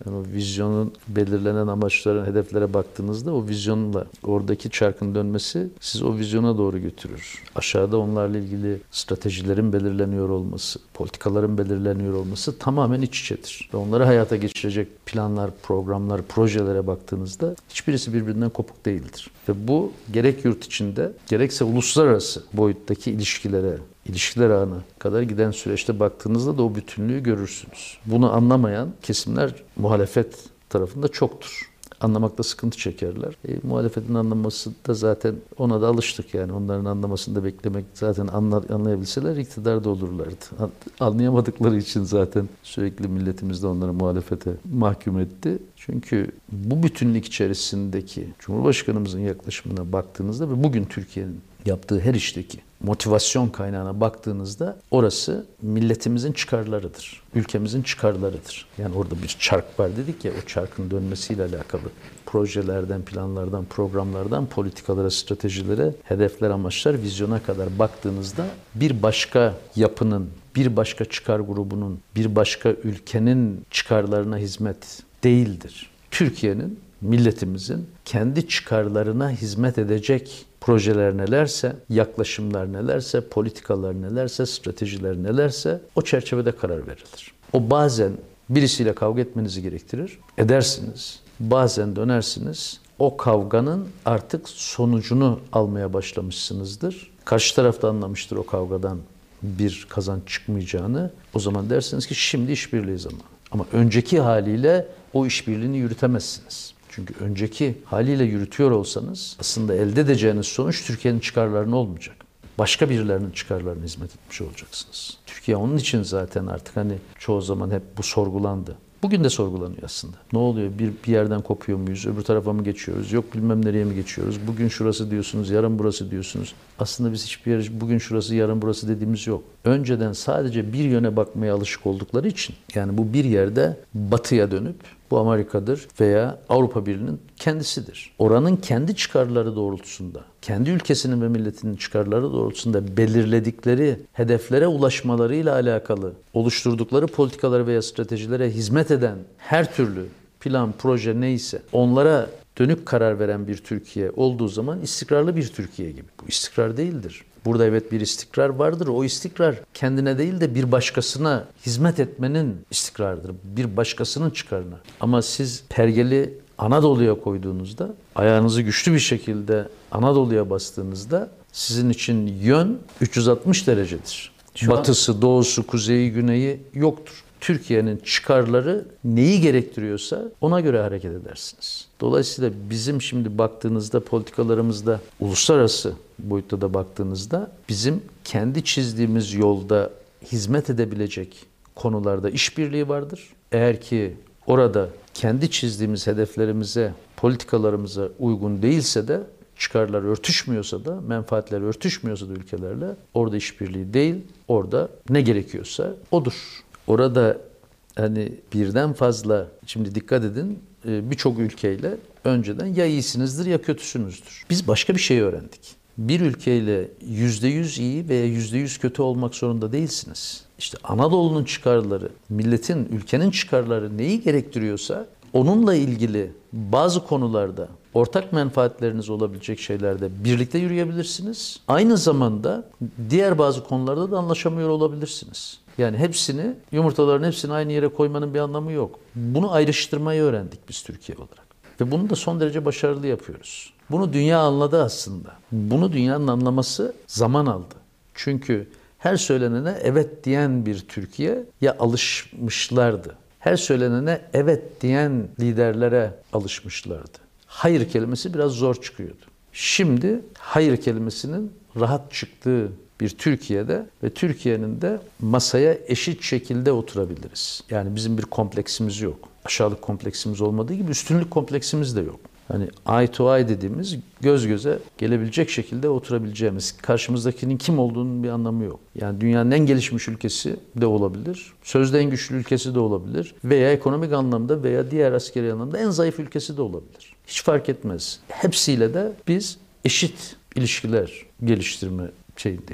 Yani o vizyonun belirlenen amaçların, hedeflere baktığınızda o vizyonla oradaki çarkın dönmesi sizi o vizyona doğru götürür. Aşağıda onlarla ilgili stratejilerin belirleniyor olması, politikaların belirleniyor olması tamamen iç içedir. Ve onları hayata geçirecek planlar, programlar, projelere baktığınızda hiçbirisi birbirinden kopuk değildir. Ve bu gerek yurt içinde gerekse uluslararası boyuttaki ilişkiler ağına kadar giden süreçte baktığınızda da o bütünlüğü görürsünüz. Bunu anlamayan kesimler muhalefet tarafında çoktur. Anlamakta sıkıntı çekerler. Muhalefetin anlaması da zaten ona da alıştık yani. Onların anlamasını da beklemek zaten anlayabilseler iktidarda olurlardı. Anlayamadıkları için zaten sürekli milletimiz de onları muhalefete mahkum etti. Çünkü bu bütünlük içerisindeki Cumhurbaşkanımızın yaklaşımına baktığınızda ve bugün Türkiye'nin yaptığı her işteki motivasyon kaynağına baktığınızda orası milletimizin çıkarlarıdır. Ülkemizin çıkarlarıdır. Yani orada bir çark var dedik ya, o çarkın dönmesiyle alakalı projelerden, planlardan, programlardan, politikalara, stratejilere, hedefler, amaçlar, vizyona kadar baktığınızda bir başka yapının, bir başka çıkar grubunun, bir başka ülkenin çıkarlarına hizmet değildir. Türkiye'nin, milletimizin kendi çıkarlarına hizmet edecek projeler nelerse, yaklaşımlar nelerse, politikalar nelerse, stratejiler nelerse o çerçevede karar verilir. O bazen birisiyle kavga etmenizi gerektirir, edersiniz. Bazen dönersiniz, o kavganın artık sonucunu almaya başlamışsınızdır. Karşı taraf da anlamıştır o kavgadan bir kazanç çıkmayacağını. O zaman dersiniz ki şimdi işbirliği zamanı. Ama önceki haliyle o işbirliğini yürütemezsiniz. Çünkü önceki haliyle yürütüyor olsanız aslında elde edeceğiniz sonuç Türkiye'nin çıkarlarına olmayacak. Başka birilerinin çıkarlarına hizmet etmiş olacaksınız. Türkiye onun için zaten artık hani çoğu zaman hep bu sorgulandı. Bugün de sorgulanıyor aslında. Ne oluyor? Bir yerden kopuyor muyuz? Öbür tarafa mı geçiyoruz? Yok bilmem nereye mi geçiyoruz? Bugün şurası diyorsunuz, yarın burası diyorsunuz. Aslında biz hiçbir yer bugün şurası, yarın burası dediğimiz yok. Önceden sadece bir yöne bakmaya alışık oldukları için yani bu bir yerde batıya dönüp bu Amerika'dır veya Avrupa Birliği'nin kendisidir. Oranın kendi çıkarları doğrultusunda, kendi ülkesinin ve milletinin çıkarları doğrultusunda belirledikleri hedeflere ulaşmalarıyla alakalı oluşturdukları politikaları veya stratejilere hizmet eden her türlü plan, proje neyse onlara dönük karar veren bir Türkiye olduğu zaman istikrarlı bir Türkiye gibi. Bu istikrar değildir. Burada evet bir istikrar vardır. O istikrar kendine değil de bir başkasına hizmet etmenin istikrarıdır. Bir başkasının çıkarına. Ama siz pergeli Anadolu'ya koyduğunuzda, ayağınızı güçlü bir şekilde Anadolu'ya bastığınızda sizin için yön 360 derecedir. Batısı, doğusu, kuzeyi, güneyi yoktur. Türkiye'nin çıkarları neyi gerektiriyorsa ona göre hareket edersiniz. Dolayısıyla bizim şimdi baktığınızda politikalarımızda uluslararası boyutta da baktığınızda bizim kendi çizdiğimiz yolda hizmet edebilecek konularda işbirliği vardır. Eğer ki orada kendi çizdiğimiz hedeflerimize, politikalarımıza uygun değilse de çıkarlar örtüşmüyorsa da, menfaatler örtüşmüyorsa da ülkelerle orada işbirliği değil, orada ne gerekiyorsa odur. Orada hani birden fazla, şimdi dikkat edin birçok ülkeyle önceden ya iyisinizdir ya kötüsünüzdür. Biz başka bir şey öğrendik. Bir ülkeyle %100 iyi veya %100 kötü olmak zorunda değilsiniz. İşte Anadolu'nun çıkarları, milletin, ülkenin çıkarları neyi gerektiriyorsa onunla ilgili bazı konularda ortak menfaatleriniz olabilecek şeylerde birlikte yürüyebilirsiniz. Aynı zamanda diğer bazı konularda da anlaşamıyor olabilirsiniz. Yani hepsini, yumurtaların hepsini aynı yere koymanın bir anlamı yok. Bunu ayrıştırmayı öğrendik biz Türkiye olarak. Ve bunu da son derece başarılı yapıyoruz. Bunu dünya anladı aslında. Bunu dünyanın anlaması zaman aldı. Çünkü her söylenene evet diyen bir Türkiye'ye alışmışlardı. Her söylenene evet diyen liderlere alışmışlardı. Hayır kelimesi biraz zor çıkıyordu. Şimdi hayır kelimesinin rahat çıktığı bir Türkiye'de ve Türkiye'nin de masaya eşit şekilde oturabiliriz. Yani bizim bir kompleksimiz yok. Aşağılık kompleksimiz olmadığı gibi üstünlük kompleksimiz de yok. Hani eye to eye dediğimiz göz göze gelebilecek şekilde oturabileceğimiz, karşımızdakinin kim olduğunun bir anlamı yok. Yani dünyanın en gelişmiş ülkesi de olabilir, sözde en güçlü ülkesi de olabilir veya ekonomik anlamda veya diğer askeri anlamda en zayıf ülkesi de olabilir. Hiç fark etmez. Hepsiyle de biz eşit ilişkiler geliştirme şeyindeyiz.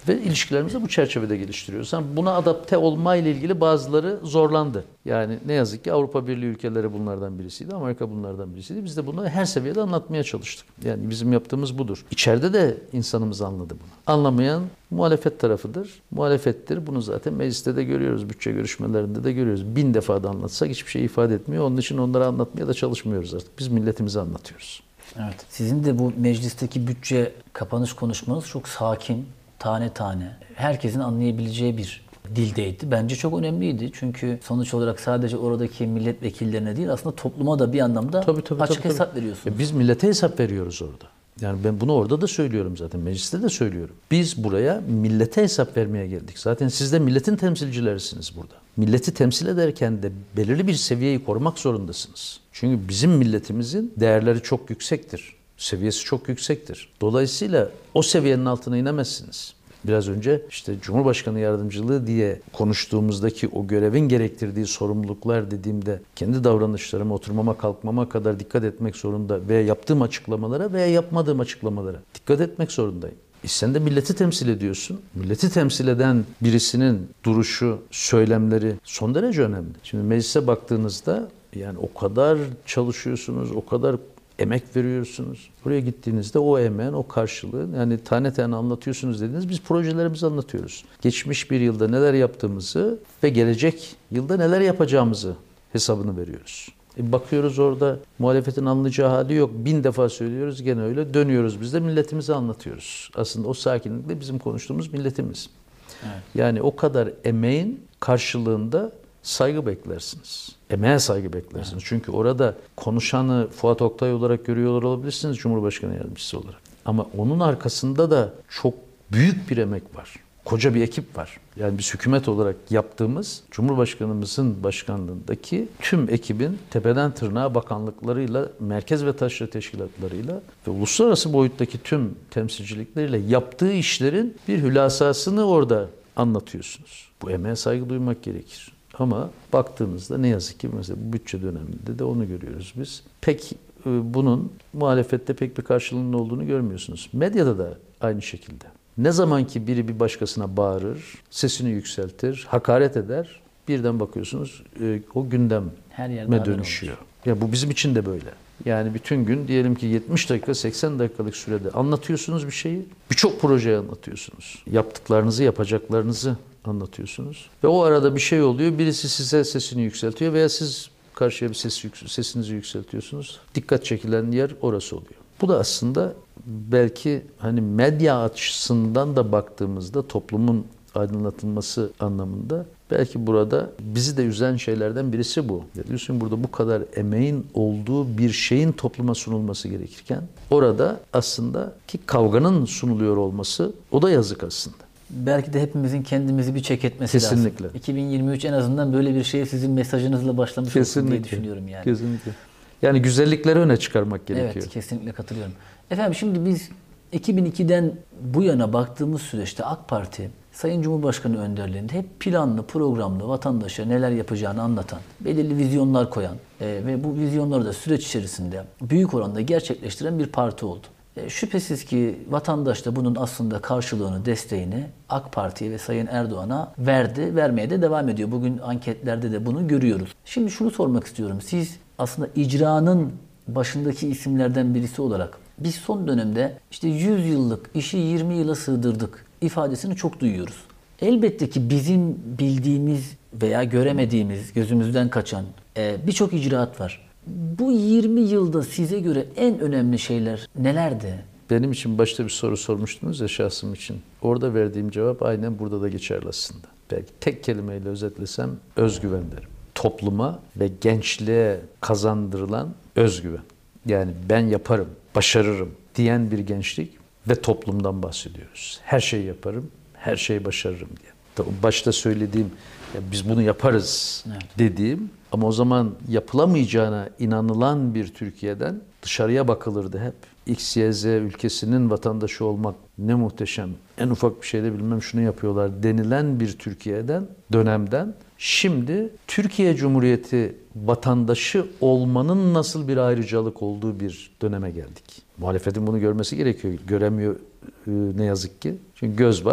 Ve ilişkilerimizi bu çerçevede geliştiriyoruz. Yani buna adapte olma ile ilgili bazıları zorlandı. Yani ne yazık ki Avrupa Birliği ülkeleri bunlardan birisiydi, Amerika bunlardan birisiydi. Biz de bunu her seviyede anlatmaya çalıştık. Yani bizim yaptığımız budur. İçeride de insanımız anladı bunu. Anlamayan muhalefet tarafıdır. Muhalefettir. Bunu zaten mecliste de görüyoruz. Bütçe görüşmelerinde de görüyoruz. 1000 defa da anlatsak hiçbir şey ifade etmiyor. Onun için onları anlatmaya da çalışmıyoruz artık. Biz milletimize anlatıyoruz. Evet. Sizin de bu meclisteki bütçe kapanış konuşmanız çok sakin, tane tane, herkesin anlayabileceği bir dildeydi. Bence çok önemliydi. Çünkü sonuç olarak sadece oradaki milletvekillerine değil, aslında topluma da bir anlamda açık hesap veriyorsunuz. Biz millete hesap veriyoruz orada. Yani ben bunu orada da söylüyorum zaten. Mecliste de söylüyorum. Biz buraya millete hesap vermeye geldik. Zaten siz de milletin temsilcilerisiniz burada. Milleti temsil ederken de belirli bir seviyeyi korumak zorundasınız. Çünkü bizim milletimizin değerleri çok yüksektir. Seviyesi çok yüksektir. Dolayısıyla o seviyenin altına inemezsiniz. Biraz önce işte Cumhurbaşkanı yardımcılığı diye konuştuğumuzdaki o görevin gerektirdiği sorumluluklar dediğimde kendi davranışlarıma, oturmama, kalkmama kadar dikkat etmek zorunda veya yaptığım açıklamalara veya yapmadığım açıklamalara dikkat etmek zorundayım. Sen de milleti temsil ediyorsun. Milleti temsil eden birisinin duruşu, söylemleri son derece önemli. Şimdi meclise baktığınızda yani o kadar çalışıyorsunuz, o kadar emek veriyorsunuz. Buraya gittiğinizde o emeğin, o karşılığın yani tane tane anlatıyorsunuz dediniz. Biz projelerimizi anlatıyoruz. Geçmiş bir yılda neler yaptığımızı ve gelecek yılda neler yapacağımızı hesabını veriyoruz. Bakıyoruz orada muhalefetin anlayacağı hali yok. 1000 defa söylüyoruz gene öyle. Dönüyoruz biz de milletimize anlatıyoruz. Aslında o sakinlikle bizim konuştuğumuz milletimiz. Evet. Yani o kadar emeğin karşılığında saygı beklersiniz. Emeğe saygı beklersiniz. Evet. Çünkü orada konuşanı Fuat Oktay olarak görüyor olabilirsiniz Cumhurbaşkanı yardımcısı olarak. Ama onun arkasında da çok büyük bir emek var. Koca bir ekip var. Yani biz hükümet olarak yaptığımız Cumhurbaşkanımızın başkanlığındaki tüm ekibin tepeden tırnağa bakanlıklarıyla, merkez ve taşra teşkilatlarıyla ve uluslararası boyuttaki tüm temsilcilikleriyle yaptığı işlerin bir hülasasını orada anlatıyorsunuz. Bu emeğe saygı duymak gerekir. Ama baktığınızda ne yazık ki mesela bu bütçe döneminde de onu görüyoruz biz. Pek bunun muhalefette pek bir karşılığının olduğunu görmüyorsunuz. Medyada da aynı şekilde. Ne zaman ki biri bir başkasına bağırır, sesini yükseltir, hakaret eder, birden bakıyorsunuz o gündeme dönüşüyor. Ya bu bizim için de böyle. Yani bütün gün diyelim ki 70 dakika, 80 dakikalık sürede anlatıyorsunuz bir şeyi, birçok projeyi anlatıyorsunuz. Yaptıklarınızı, yapacaklarınızı anlatıyorsunuz. Ve o arada bir şey oluyor, birisi size sesini yükseltiyor veya siz karşıya bir sesinizi yükseltiyorsunuz. Dikkat çekilen yer orası oluyor. Bu da aslında belki hani medya açısından da baktığımızda toplumun aydınlatılması anlamında belki burada bizi de üzen şeylerden birisi bu. Ya diyorsun burada bu kadar emeğin olduğu bir şeyin topluma sunulması gerekirken orada aslında ki kavganın sunuluyor olması o da yazık aslında. Belki de hepimizin kendimizi bir çek etmesi Kesinlikle. lazım. 2023 en azından böyle bir şey sizin mesajınızla başlamış olsun diye düşünüyorum yani. Kesinlikle. Yani güzellikleri öne çıkarmak gerekiyor. Evet, kesinlikle katılıyorum. Efendim şimdi biz 2002'den bu yana baktığımız süreçte AK Parti, Sayın Cumhurbaşkanı önderliğinde hep planlı, programlı, vatandaşa neler yapacağını anlatan, belirli vizyonlar koyan ve bu vizyonları da süreç içerisinde büyük oranda gerçekleştiren bir parti oldu. Şüphesiz ki vatandaş da bunun aslında karşılığını, desteğini AK Parti'ye ve Sayın Erdoğan'a verdi, vermeye de devam ediyor. Bugün anketlerde de bunu görüyoruz. Şimdi şunu sormak istiyorum. Siz aslında icranın başındaki isimlerden birisi olarak biz son dönemde işte 100 yıllık işi 20 yıla sığdırdık ifadesini çok duyuyoruz. Elbette ki bizim bildiğimiz veya göremediğimiz, gözümüzden kaçan birçok icraat var. Bu 20 yılda size göre en önemli şeyler nelerdi? Benim için başta bir soru sormuştunuz ya şahsım için. Orada verdiğim cevap aynen burada da geçerli aslında. Belki tek kelimeyle özetlesem özgüven derim. Topluma ve gençliğe kazandırılan özgüven. Yani ben yaparım, başarırım diyen bir gençlik ve toplumdan bahsediyoruz. Her şeyi yaparım, her şeyi başarırım diye. Başta söylediğim, ya biz bunu yaparız dediğim ama o zaman yapılamayacağına inanılan bir Türkiye'den dışarıya bakılırdı hep. X, Y, Z ülkesinin vatandaşı olmak ne muhteşem. En ufak bir şeyde bilmem şunu yapıyorlar denilen bir Türkiye'den, dönemden şimdi Türkiye Cumhuriyeti vatandaşı olmanın nasıl bir ayrıcalık olduğu bir döneme geldik. Muhalefetin bunu görmesi gerekiyor. Göremiyor ne yazık ki. Çünkü göz var,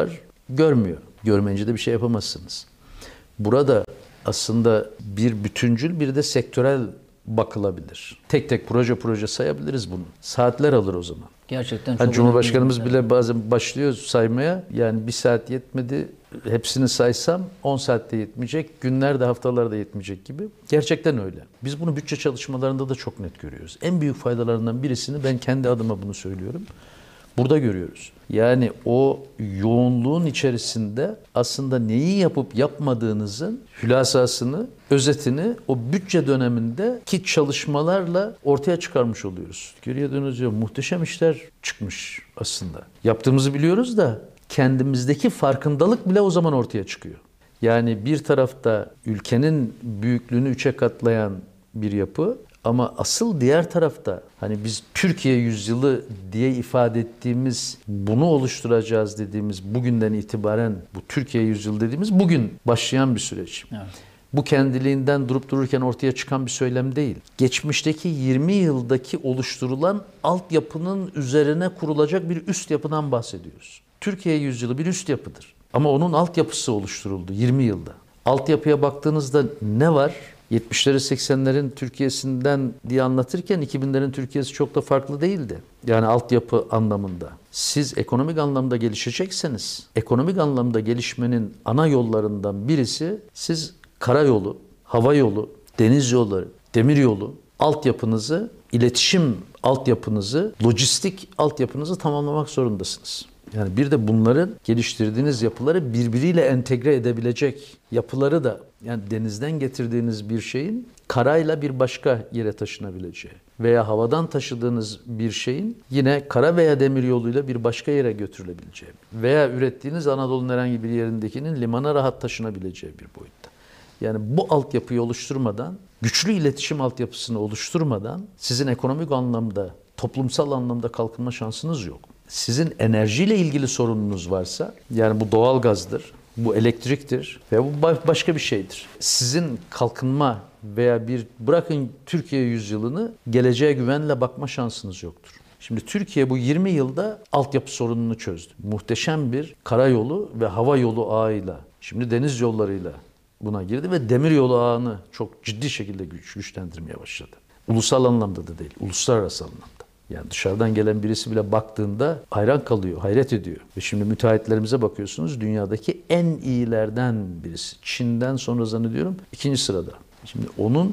görmüyor. Görmeyince de bir şey yapamazsınız. Burada aslında bir bütüncül bir de sektörel bakılabilir. Tek tek proje sayabiliriz bunu. Saatler alır o zaman. Gerçekten çok Cumhurbaşkanımız önemli. bile bazen başlıyor saymaya. Yani 1 saat yetmedi. Hepsini saysam 10 saatte yetmeyecek. Günlerde, haftalarda yetmeyecek gibi. Gerçekten öyle. Biz bunu bütçe çalışmalarında da çok net görüyoruz. En büyük faydalarından birisini ben kendi adıma bunu söylüyorum. Burada görüyoruz. Yani o yoğunluğun içerisinde aslında neyi yapıp yapmadığınızın hülasasını, özetini o bütçe dönemindeki çalışmalarla ortaya çıkarmış oluyoruz. Geriye dönünce muhteşem işler çıkmış aslında. Yaptığımızı biliyoruz da kendimizdeki farkındalık bile o zaman ortaya çıkıyor. Yani bir tarafta ülkenin büyüklüğünü 3'e katlayan bir yapı, ama asıl diğer tarafta hani biz Türkiye yüzyılı diye ifade ettiğimiz, bunu oluşturacağız dediğimiz bugünden itibaren bu Türkiye yüzyılı dediğimiz bugün başlayan bir süreç. Evet. Bu kendiliğinden durup dururken ortaya çıkan bir söylem değil. Geçmişteki 20 yıldaki oluşturulan altyapının üzerine kurulacak bir üst yapıdan bahsediyoruz. Türkiye yüzyılı bir üst yapıdır. Ama onun altyapısı oluşturuldu 20 yılda. Altyapıya baktığınızda ne var? 70'leri 80'lerin Türkiye'sinden diye anlatırken 2000'lerin Türkiye'si çok da farklı değildi. Yani altyapı anlamında. Siz ekonomik anlamda gelişecekseniz, ekonomik anlamda gelişmenin ana yollarından birisi siz karayolu, hava yolu, deniz yolları, demir yolu altyapınızı, iletişim altyapınızı, lojistik altyapınızı tamamlamak zorundasınız. Yani bir de bunların geliştirdiğiniz yapıları birbiriyle entegre edebilecek yapıları da, yani denizden getirdiğiniz bir şeyin karayla bir başka yere taşınabileceği veya havadan taşıdığınız bir şeyin yine kara veya demir yoluyla bir başka yere götürülebileceği veya ürettiğiniz Anadolu'nun herhangi bir yerindekinin limana rahat taşınabileceği bir boyutta. Yani bu altyapıyı oluşturmadan, güçlü iletişim altyapısını oluşturmadan sizin ekonomik anlamda, toplumsal anlamda kalkınma şansınız yok. Sizin enerjiyle ilgili sorununuz varsa, yani bu doğalgazdır, bu elektriktir veya bu başka bir şeydir. Sizin kalkınma veya bırakın Türkiye yüzyılını, geleceğe güvenle bakma şansınız yoktur. Şimdi Türkiye bu 20 yılda altyapı sorununu çözdü. Muhteşem bir karayolu ve hava yolu ağıyla, şimdi deniz yollarıyla buna girdi ve demiryolu ağını çok ciddi şekilde güçlendirmeye başladı. Ulusal anlamda da değil, uluslararası anlamda. Yani dışarıdan gelen birisi bile baktığında hayran kalıyor, hayret ediyor. Ve şimdi müteahhitlerimize bakıyorsunuz, dünyadaki en iyilerden birisi. Çin'den sonra zannediyorum 2. sırada. Şimdi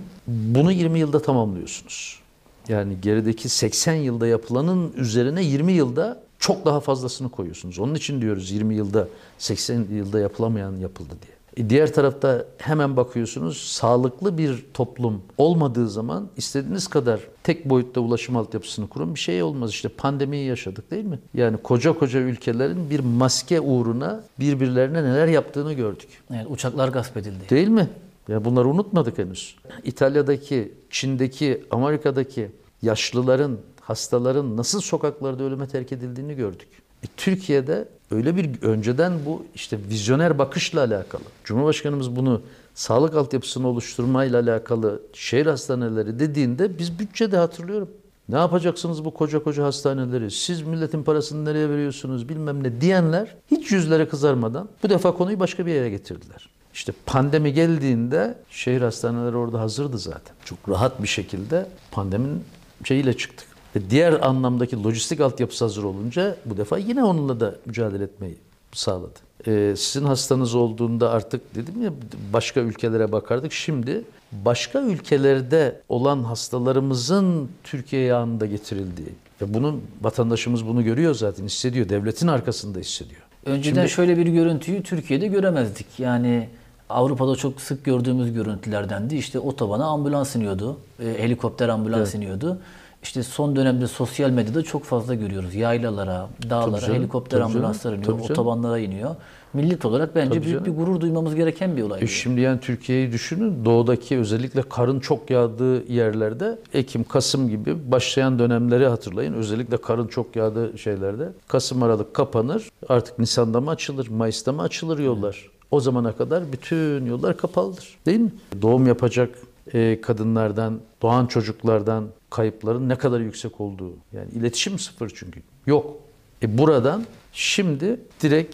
bunu 20 yılda tamamlıyorsunuz. Yani gerideki 80 yılda yapılanın üzerine 20 yılda çok daha fazlasını koyuyorsunuz. Onun için diyoruz 20 yılda 80 yılda yapılamayan yapıldı diye. Diğer tarafta hemen bakıyorsunuz, sağlıklı bir toplum olmadığı zaman istediğiniz kadar tek boyutta ulaşım altyapısını kurun, bir şey olmaz. İşte pandemiyi yaşadık değil mi? Yani koca ülkelerin bir maske uğruna birbirlerine neler yaptığını gördük. Evet, uçaklar gasp edildi. Değil mi? Ya bunları unutmadık henüz. İtalya'daki, Çin'deki, Amerika'daki yaşlıların, hastaların nasıl sokaklarda ölüme terk edildiğini gördük. Türkiye'de öyle bir önceden bu işte vizyoner bakışla alakalı. Cumhurbaşkanımız bunu sağlık altyapısını oluşturmayla alakalı şehir hastaneleri dediğinde biz bütçede hatırlıyorum. Ne yapacaksınız bu koca hastaneleri? Siz milletin parasını nereye veriyorsunuz bilmem ne diyenler hiç yüzleri kızarmadan bu defa konuyu başka bir yere getirdiler. İşte pandemi geldiğinde şehir hastaneleri orada hazırdı zaten. Çok rahat bir şekilde pandeminin şeyiyle çıktık. Ve diğer anlamdaki lojistik altyapısı hazır olunca bu defa yine onunla da mücadele etmeyi sağladı. Sizin hastanız olduğunda artık dedim ya başka ülkelere bakardık. Şimdi başka ülkelerde olan hastalarımızın Türkiye'ye anında getirildiği ve bunun vatandaşımız bunu görüyor zaten, hissediyor. Devletin arkasında hissediyor. Önceden şöyle bir görüntüyü Türkiye'de göremezdik. Yani Avrupa'da çok sık gördüğümüz görüntülerdendi. İşte otobana ambulans iniyordu, helikopter ambulans iniyordu. İşte son dönemde sosyal medyada çok fazla görüyoruz. Yaylalara, dağlara helikopter ambulanslar iniyor, otobanlara iniyor. Millet olarak bence büyük bir gurur duymamız gereken bir olay. Şimdi yani Türkiye'yi düşünün. Doğudaki özellikle karın çok yağdığı yerlerde Ekim, Kasım gibi başlayan dönemleri hatırlayın. Özellikle karın çok yağdığı şeylerde. Kasım, Aralık kapanır. Artık Nisan'da mı açılır, Mayıs'ta mı açılır yollar? O zamana kadar bütün yollar kapalıdır. Değil mi? Doğum yapacak kadınlardan, doğan çocuklardan kayıpların ne kadar yüksek olduğu. Yani iletişim sıfır çünkü. Yok. Buradan şimdi direkt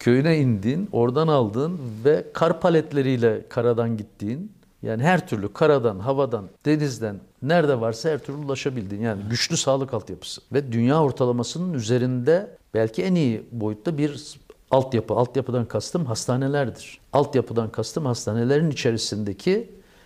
köyüne indiğin, oradan aldığın ve kar paletleriyle karadan gittiğin, yani her türlü karadan, havadan, denizden nerede varsa her türlü ulaşabildiğin, yani güçlü sağlık altyapısı ve dünya ortalamasının üzerinde belki en iyi boyutta bir altyapı. Altyapıdan kastım hastanelerdir. Altyapıdan kastım hastanelerin içerisindeki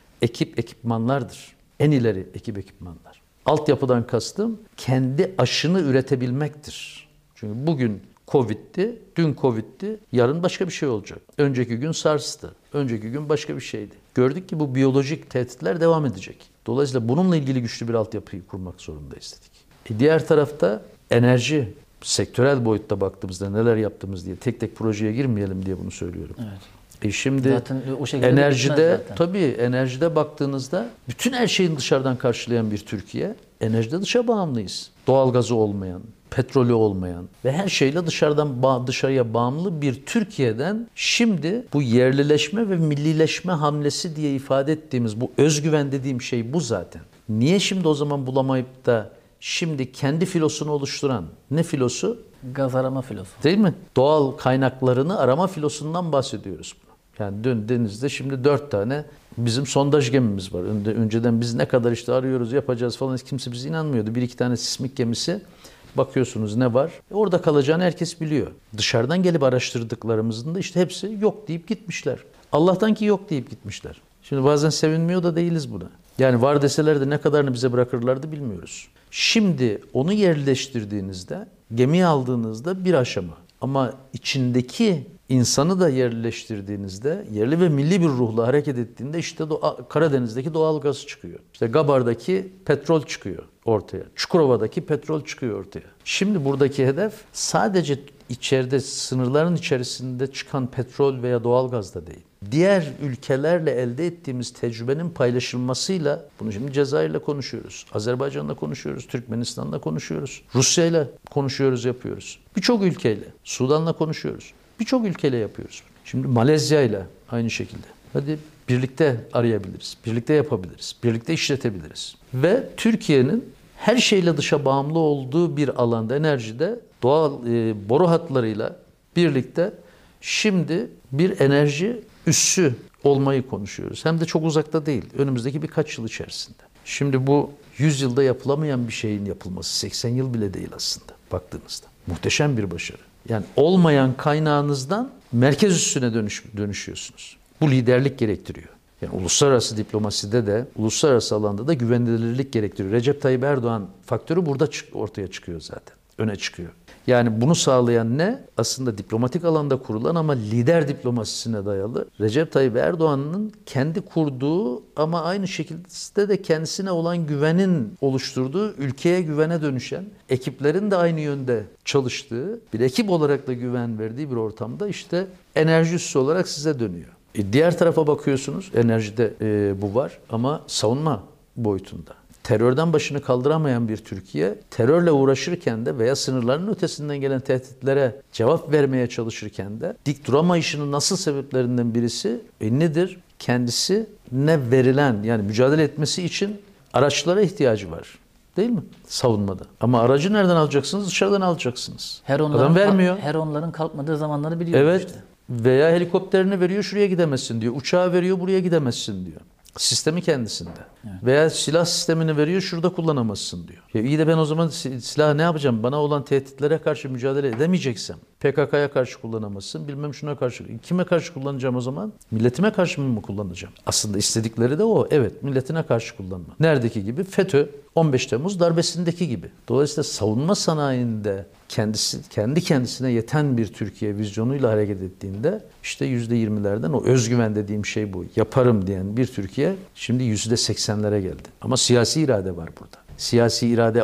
ekipmanlardır. En ileri ekipmanlar. Altyapıdan kastım kendi aşını üretebilmektir. Çünkü bugün Covid'ti, dün Covid'ti, yarın başka bir şey olacak. Önceki gün SARS'tı, önceki gün başka bir şeydi. Gördük ki bu biyolojik tehditler devam edecek. Dolayısıyla bununla ilgili güçlü bir altyapıyı kurmak zorundayız dedik. Diğer tarafta enerji, sektörel boyutta baktığımızda neler yaptığımız diye tek tek projeye girmeyelim diye bunu söylüyorum. Evet. Şimdi zaten o şekilde enerjide tabii enerjide baktığınızda bütün her şeyin dışarıdan karşılayan bir Türkiye, enerjide dışa bağımlıyız. Doğalgazı olmayan, petrolü olmayan ve her şeyle dışarıya bağımlı bir Türkiye'den şimdi bu yerlileşme ve millileşme hamlesi diye ifade ettiğimiz bu özgüven dediğim şey bu zaten. Niye şimdi o zaman bulamayıp da şimdi kendi filosunu oluşturan ne filosu? Gaz arama filosu. Değil mi? Doğal kaynaklarını arama filosundan bahsediyoruz. Yani dün denizde şimdi 4 tane bizim sondaj gemimiz var. Önceden biz ne kadar işte arıyoruz, yapacağız falan kimse bize inanmıyordu. 1-2 tane sismik gemisi bakıyorsunuz ne var? Orada kalacağını herkes biliyor. Dışarıdan gelip araştırdıklarımızın da işte hepsi yok deyip gitmişler. Allah'tan ki yok deyip gitmişler. Şimdi bazen sevinmiyor da değiliz buna. Yani var deseler de ne kadarını bize bırakırlardı bilmiyoruz. Şimdi onu yerleştirdiğinizde, gemiyi aldığınızda bir aşama. Ama içindeki insanı da yerleştirdiğinizde, yerli ve milli bir ruhla hareket ettiğinde işte Karadeniz'deki doğal gaz çıkıyor. İşte Gabar'daki petrol çıkıyor ortaya. Çukurova'daki petrol çıkıyor ortaya. Şimdi buradaki hedef sadece içeride, sınırların içerisinde çıkan petrol veya doğal gaz da değil. Diğer ülkelerle elde ettiğimiz tecrübenin paylaşılmasıyla, bunu şimdi Cezayir'le konuşuyoruz, Azerbaycan'la konuşuyoruz, Türkmenistan'la konuşuyoruz, Rusya'yla konuşuyoruz, yapıyoruz. Birçok ülkeyle, Sudan'la konuşuyoruz. Birçok ülkeyle yapıyoruz. Şimdi Malezya'yla aynı şekilde. Hadi birlikte arayabiliriz, birlikte yapabiliriz, birlikte işletebiliriz. Ve Türkiye'nin her şeyle dışa bağımlı olduğu bir alanda, enerjide doğal boru hatlarıyla birlikte şimdi bir enerji üssü olmayı konuşuyoruz. Hem de çok uzakta değil, önümüzdeki birkaç yıl içerisinde. Şimdi bu 100 yılda yapılamayan bir şeyin yapılması, 80 yıl bile değil aslında baktığınızda. Muhteşem bir başarı. Yani olmayan kaynağınızdan merkez üssüne dönüşüyorsunuz. Bu liderlik gerektiriyor. Yani uluslararası diplomaside de, uluslararası alanda da güvenilirlik gerektiriyor. Recep Tayyip Erdoğan faktörü burada ortaya çıkıyor zaten. Öne çıkıyor. Yani bunu sağlayan ne? Aslında diplomatik alanda kurulan ama lider diplomasisine dayalı Recep Tayyip Erdoğan'ın kendi kurduğu ama aynı şekilde de kendisine olan güvenin oluşturduğu, ülkeye güvene dönüşen, ekiplerin de aynı yönde çalıştığı, bir ekip olarak da güven verdiği bir ortamda işte enerji üssü olarak size dönüyor. Diğer tarafa bakıyorsunuz, enerjide bu var ama savunma boyutunda. Terörden başını kaldıramayan bir Türkiye, terörle uğraşırken de veya sınırların ötesinden gelen tehditlere cevap vermeye çalışırken de dik duramayışının nasıl sebeplerinden birisi nedir? Kendisine verilen, yani mücadele etmesi için araçlara ihtiyacı var. Değil mi? Savunmada. Ama aracı nereden alacaksınız? Dışarıdan alacaksınız. Adam vermiyor. Her onların kalkmadığı zamanları biliyoruz evet. işte. Veya helikopterini veriyor, şuraya gidemezsin diyor. Uçağı veriyor, buraya gidemezsin diyor. Sistemi kendisinde. Evet. Veya silah sistemini veriyor, şurada kullanamazsın diyor. Ya iyi de ben o zaman silahı ne yapacağım? Bana olan tehditlere karşı mücadele edemeyeceksem, PKK'ya karşı kullanamazsın, bilmem şuna karşı. Kime karşı kullanacağım o zaman? Milletime karşı mı kullanacağım? Aslında istedikleri de o. Evet, milletine karşı kullanma. Neredeki gibi? FETÖ, 15 Temmuz darbesindeki gibi. Dolayısıyla savunma sanayinde kendi kendisine yeten bir Türkiye vizyonuyla hareket ettiğinde işte %20'lerden o özgüven dediğim şey bu. Yaparım diyen bir Türkiye şimdi %80'lere geldi. Ama siyasi irade var burada. Siyasi irade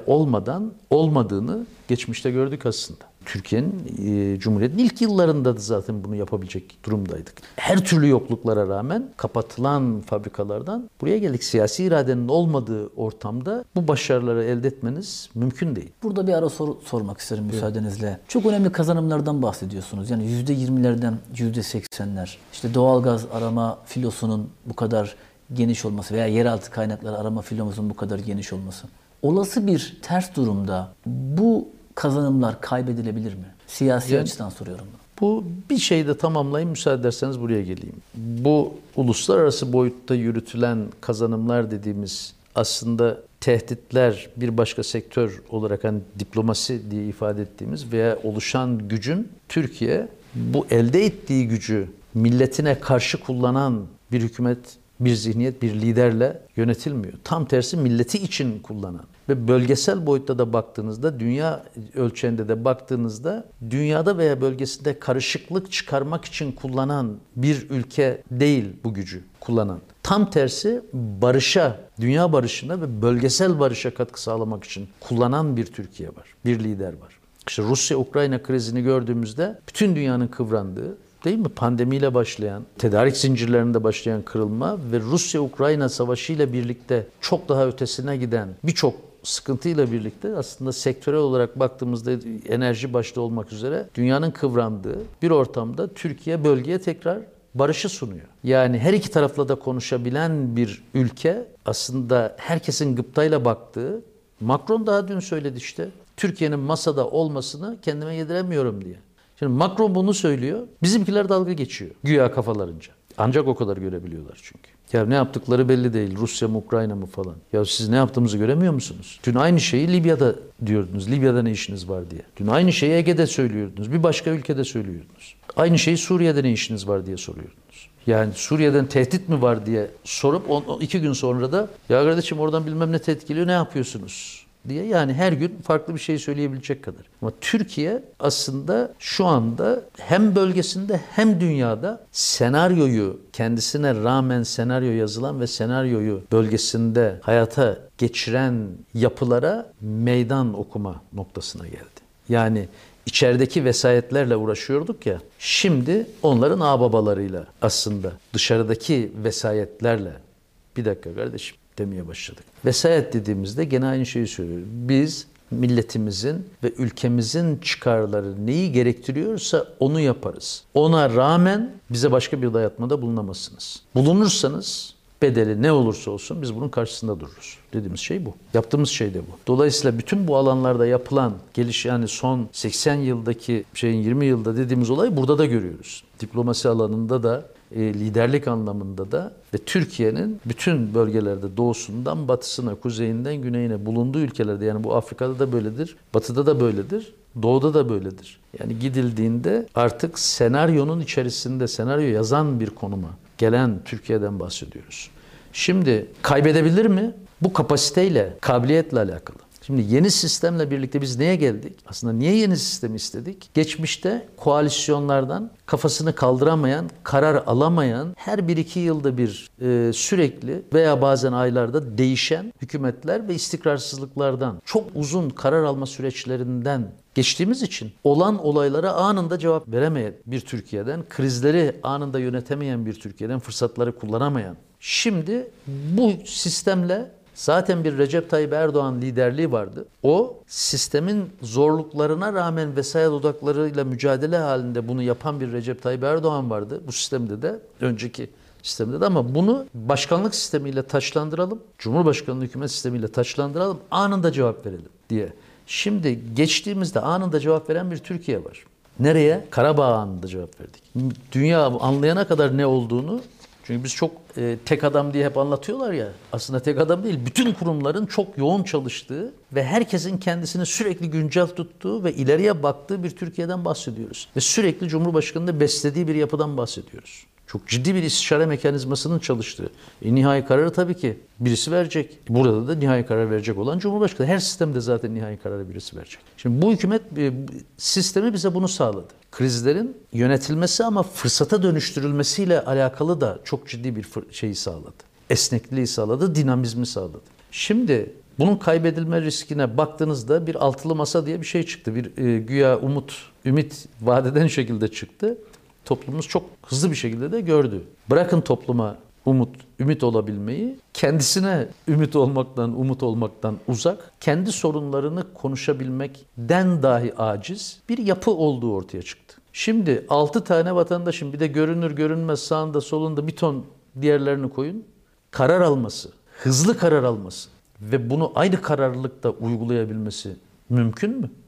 olmadığını geçmişte gördük aslında. Türkiye'nin, Cumhuriyet'in ilk yıllarında da zaten bunu yapabilecek durumdaydık. Her türlü yokluklara rağmen kapatılan fabrikalardan buraya geldik. Siyasi iradenin olmadığı ortamda bu başarıları elde etmeniz mümkün değil. Burada bir ara sormak isterim müsaadenizle. Evet. Çok önemli kazanımlardan bahsediyorsunuz. Yani %20'lerden %80'ler. İşte doğalgaz arama filosunun bu kadar geniş olması veya yeraltı kaynakları arama filomuzun bu kadar geniş olması. Olası bir ters durumda bu kazanımlar kaybedilebilir mi? Siyasi açıdan soruyorum bunu. Bu bir şeyi de tamamlayayım, müsaade ederseniz buraya geleyim. Bu uluslararası boyutta yürütülen kazanımlar dediğimiz aslında tehditler, bir başka sektör olarak hani diplomasi diye ifade ettiğimiz veya oluşan gücün Türkiye bu elde ettiği gücü milletine karşı kullanan bir hükümet, bir zihniyet, bir liderle yönetilmiyor. Tam tersi milleti için kullanan ve bölgesel boyutta da baktığınızda, dünya ölçeğinde de baktığınızda dünyada veya bölgesinde karışıklık çıkarmak için kullanan bir ülke değil bu gücü kullanan. Tam tersi barışa, dünya barışına ve bölgesel barışa katkı sağlamak için kullanan bir Türkiye var, bir lider var. İşte Rusya-Ukrayna krizini gördüğümüzde bütün dünyanın kıvrandığı, değil mi? Pandemiyle başlayan, tedarik zincirlerinde başlayan kırılma ve Rusya-Ukrayna savaşıyla birlikte çok daha ötesine giden birçok sıkıntıyla birlikte aslında sektörel olarak baktığımızda enerji başta olmak üzere dünyanın kıvrandığı bir ortamda Türkiye bölgeye tekrar barışı sunuyor. Yani her iki tarafla da konuşabilen bir ülke, aslında herkesin gıptayla baktığı, Macron daha dün söyledi işte, Türkiye'nin masada olmasını kendime yediremiyorum diye. Şimdi Macron bunu söylüyor, bizimkiler dalga geçiyor güya kafalarınca. Ancak o kadar görebiliyorlar çünkü. Ya ne yaptıkları belli değil. Rusya mı Ukrayna mı falan. Ya siz ne yaptığımızı göremiyor musunuz? Dün aynı şeyi Libya'da diyordunuz. Libya'da ne işiniz var diye. Dün aynı şeyi Ege'de söylüyordunuz. Bir başka ülkede söylüyordunuz. Aynı şeyi Suriye'de ne işiniz var diye soruyordunuz. Yani Suriye'den tehdit mi var diye sorup 2 gün sonra da ya kardeşim oradan bilmem ne tehdit geliyor, ne yapıyorsunuz diye, yani her gün farklı bir şey söyleyebilecek kadar. Ama Türkiye aslında şu anda hem bölgesinde hem dünyada senaryoyu, kendisine rağmen senaryo yazılan ve senaryoyu bölgesinde hayata geçiren yapılara meydan okuma noktasına geldi. Yani içerideki vesayetlerle uğraşıyorduk ya, şimdi onların ağababalarıyla aslında dışarıdaki vesayetlerle, bir dakika kardeşim demeye başladık. Vesayet dediğimizde gene aynı şeyi söylüyoruz. Biz milletimizin ve ülkemizin çıkarları neyi gerektiriyorsa onu yaparız. Ona rağmen bize başka bir dayatmada bulunamazsınız. Bulunursanız bedeli ne olursa olsun biz bunun karşısında dururuz. Dediğimiz şey bu. Yaptığımız şey de bu. Dolayısıyla bütün bu alanlarda yapılan geliş, yani son 80 yıldaki 20 yılda dediğimiz olayı burada da görüyoruz. Diplomasi alanında da, liderlik anlamında da ve Türkiye'nin bütün bölgelerde doğusundan batısına, kuzeyinden güneyine bulunduğu ülkelerde, yani bu Afrika'da da böyledir, batıda da böyledir, doğuda da böyledir. Yani gidildiğinde artık senaryonun içerisinde senaryo yazan bir konuma gelen Türkiye'den bahsediyoruz. Şimdi kaybedebilir mi? Bu kapasiteyle, kabiliyetle alakalı. Şimdi yeni sistemle birlikte biz neye geldik? Aslında niye yeni sistemi istedik? Geçmişte koalisyonlardan kafasını kaldıramayan, karar alamayan, her 1-2 yılda bir sürekli veya bazen aylarda değişen hükümetler ve istikrarsızlıklardan, çok uzun karar alma süreçlerinden geçtiğimiz için olan olaylara anında cevap veremeyen bir Türkiye'den, krizleri anında yönetemeyen bir Türkiye'den, fırsatları kullanamayan. Şimdi bu sistemle zaten bir Recep Tayyip Erdoğan liderliği vardı. O sistemin zorluklarına rağmen vesayet odaklarıyla mücadele halinde bunu yapan bir Recep Tayyip Erdoğan vardı. Bu sistemde de, önceki sistemde de, ama bunu başkanlık sistemiyle taçlandıralım, Cumhurbaşkanlığı hükümet sistemiyle taçlandıralım, anında cevap verelim diye. Şimdi geçtiğimizde anında cevap veren bir Türkiye var. Nereye? Karabağ anında cevap verdik. Dünya anlayana kadar ne olduğunu, çünkü biz çok tek adam diye hep anlatıyorlar ya, aslında tek adam değil, bütün kurumların çok yoğun çalıştığı ve herkesin kendisini sürekli güncel tuttuğu ve ileriye baktığı bir Türkiye'den bahsediyoruz. Ve sürekli Cumhurbaşkanı'nın beslediği bir yapıdan bahsediyoruz. Çok ciddi bir istişare mekanizmasının çalıştığı. Nihai kararı tabii ki birisi verecek. Burada da nihai karar verecek olan Cumhurbaşkanı. Her sistemde zaten nihai kararı birisi verecek. Şimdi bu hükümet sistemi bize bunu sağladı. Krizlerin yönetilmesi ama fırsata dönüştürülmesiyle alakalı da çok ciddi bir şeyi sağladı. Esnekliği sağladı, dinamizmi sağladı. Şimdi bunun kaybedilme riskine baktığınızda bir altılı masa diye bir şey çıktı. Bir güya ümit vadeden şekilde çıktı. Toplumumuz çok hızlı bir şekilde de gördü. Bırakın topluma ümit olabilmeyi, kendisine umut olmaktan uzak, kendi sorunlarını konuşabilmekten dahi aciz bir yapı olduğu ortaya çıktı. Şimdi 6 tane vatandaşın, bir de görünür görünmez sağında solunda bir ton diğerlerini koyun, karar alması, hızlı karar alması ve bunu aynı kararlılıkta uygulayabilmesi mümkün mü?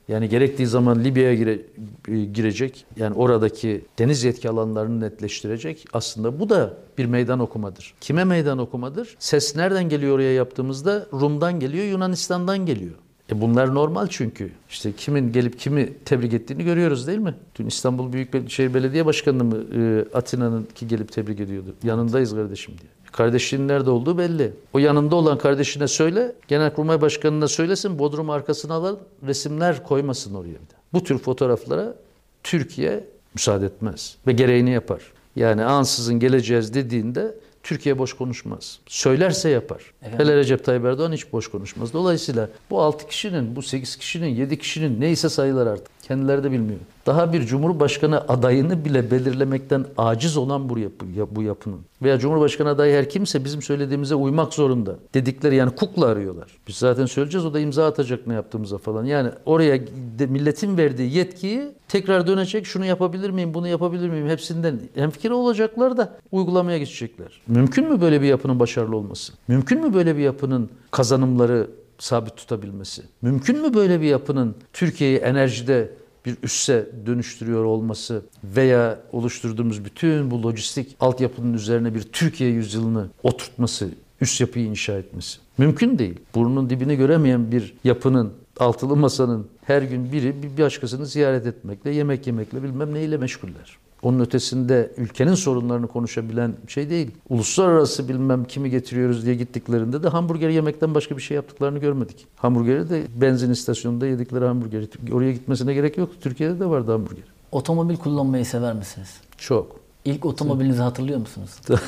Yani gerektiği zaman Libya'ya girecek. Yani oradaki deniz yetki alanlarını netleştirecek. Aslında bu da bir meydan okumadır. Kime meydan okumadır? Ses nereden geliyor oraya yaptığımızda? Rum'dan geliyor, Yunanistan'dan geliyor. Bunlar normal çünkü. İşte kimin gelip kimi tebrik ettiğini görüyoruz değil mi? Dün İstanbul Büyükşehir Belediye Başkanı mı Atina'nın ki gelip tebrik ediyordu. Yanındayız kardeşim diye. Kardeşliğin nerede olduğu belli. O yanında olan kardeşine söyle, Genelkurmay Başkanı'na söylesin, Bodrum arkasına alır, resimler koymasın oraya bir de. Bu tür fotoğraflara Türkiye müsaade etmez ve gereğini yapar. Yani ansızın geleceğiz dediğinde Türkiye boş konuşmaz. Söylerse yapar. Evet. Hele Recep Tayyip Erdoğan hiç boş konuşmaz. Dolayısıyla bu 6 kişinin, bu 8 kişinin, 7 kişinin neyse sayılar artık. Kendileri de bilmiyor. Daha bir Cumhurbaşkanı adayını bile belirlemekten aciz olan bu yapının. Veya Cumhurbaşkanı adayı her kimse bizim söylediğimize uymak zorunda dedikleri, yani kukla arıyorlar. Biz zaten söyleyeceğiz, o da imza atacak ne yaptığımıza falan. Yani oraya milletin verdiği yetkiyi tekrar dönecek, şunu yapabilir miyim, bunu yapabilir miyim, hepsinden hemfikir olacaklar da uygulamaya geçecekler. Mümkün mü böyle bir yapının başarılı olması? Mümkün mü böyle bir yapının kazanımları sabit tutabilmesi? Mümkün mü böyle bir yapının Türkiye'yi enerjide bir üsse dönüştürüyor olması veya oluşturduğumuz bütün bu lojistik altyapının üzerine bir Türkiye yüzyılını oturtması, üst yapıyı inşa etmesi? Mümkün değil. Burnunun dibini göremeyen bir yapının, altılı masanın her gün biri bir başkasını ziyaret etmekle, yemek yemekle, bilmem neyle meşguller. Onun ötesinde ülkenin sorunlarını konuşabilen şey değil. Uluslararası bilmem kimi getiriyoruz diye gittiklerinde de hamburger yemekten başka bir şey yaptıklarını görmedik. Hamburgeri de benzin istasyonunda yedikleri hamburgeri. Oraya gitmesine gerek yok. Türkiye'de de vardı hamburger. Otomobil kullanmayı sever misiniz? Çok. İlk otomobilinizi hatırlıyor musunuz?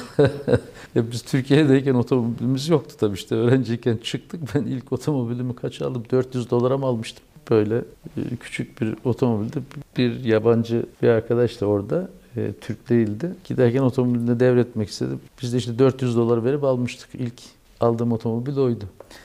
Biz Türkiye'deyken otomobilimiz yoktu tabii, işte öğrenciyken çıktık. Ben ilk otomobilimi kaça aldım? $400'a mı almıştım? Böyle küçük bir otomobilde bir yabancı bir arkadaş da orada, Türk değildi. Giderken otomobilini devretmek istedi. Biz de işte $400 verip almıştık. İlk aldığım otomobil oydu.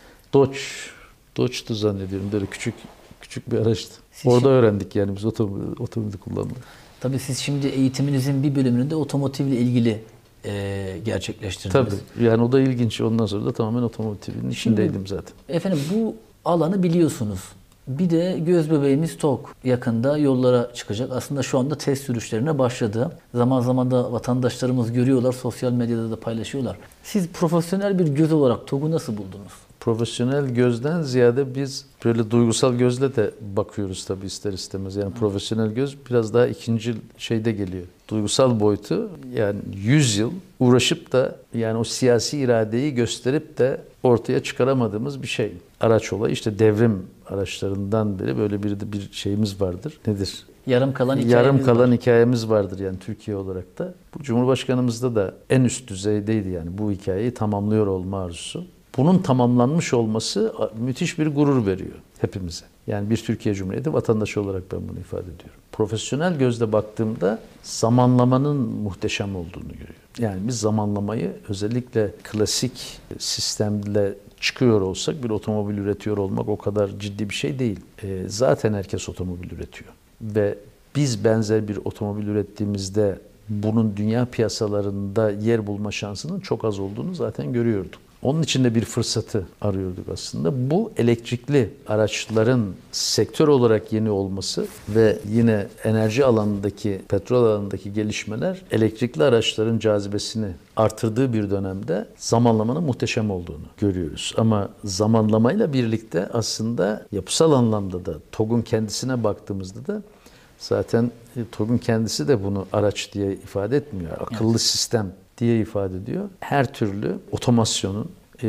Dodge'tu zannediyorum. Böyle küçük bir araçtı. Orada öğrendik yani biz otomobili kullanmayı. Tabii siz şimdi eğitiminizin bir bölümünü de otomotivle ilgili gerçekleştirdiniz. Tabii. Yani o da ilginç. Ondan sonra da tamamen otomotivin içindeydim zaten. Efendim bu alanı biliyorsunuz. Bir de göz bebeğimiz TOG yakında yollara çıkacak. Aslında şu anda test sürüşlerine başladı. Zaman zaman da vatandaşlarımız görüyorlar, sosyal medyada da paylaşıyorlar. Siz profesyonel bir göz olarak TOG'u nasıl buldunuz? Profesyonel gözden ziyade biz böyle duygusal gözle de bakıyoruz tabii ister istemez. Yani profesyonel göz biraz daha ikinci şeyde geliyor. Duygusal boyutu, yani 100 yıl uğraşıp da yani o siyasi iradeyi gösterip de ortaya çıkaramadığımız bir şey. Araç olayı işte devrim araçlarından beri böyle bir şeyimiz vardır. Nedir? Yarım kalan hikayemiz vardır yani Türkiye olarak da. Bu Cumhurbaşkanımızda da en üst düzeydeydi yani bu hikayeyi tamamlıyor olma arzusu. Bunun tamamlanmış olması müthiş bir gurur veriyor hepimize. Yani bir Türkiye Cumhuriyeti vatandaşı olarak ben bunu ifade ediyorum. Profesyonel gözle baktığımda zamanlamanın muhteşem olduğunu görüyorum. Yani biz zamanlamayı özellikle klasik sistemle çıkıyor olsak bir otomobil üretiyor olmak o kadar ciddi bir şey değil. Zaten herkes otomobil üretiyor. Ve biz benzer bir otomobil ürettiğimizde bunun dünya piyasalarında yer bulma şansının çok az olduğunu zaten görüyorduk. Onun için de bir fırsatı arıyorduk aslında. Bu elektrikli araçların sektör olarak yeni olması ve yine enerji alanındaki, petrol alanındaki gelişmeler elektrikli araçların cazibesini artırdığı bir dönemde zamanlamanın muhteşem olduğunu görüyoruz. Ama zamanlamayla birlikte aslında yapısal anlamda da TOG'un kendisine baktığımızda da zaten TOG'un kendisi de bunu araç diye ifade etmiyor. Akıllı sistem diye ifade ediyor. Her türlü otomasyonun,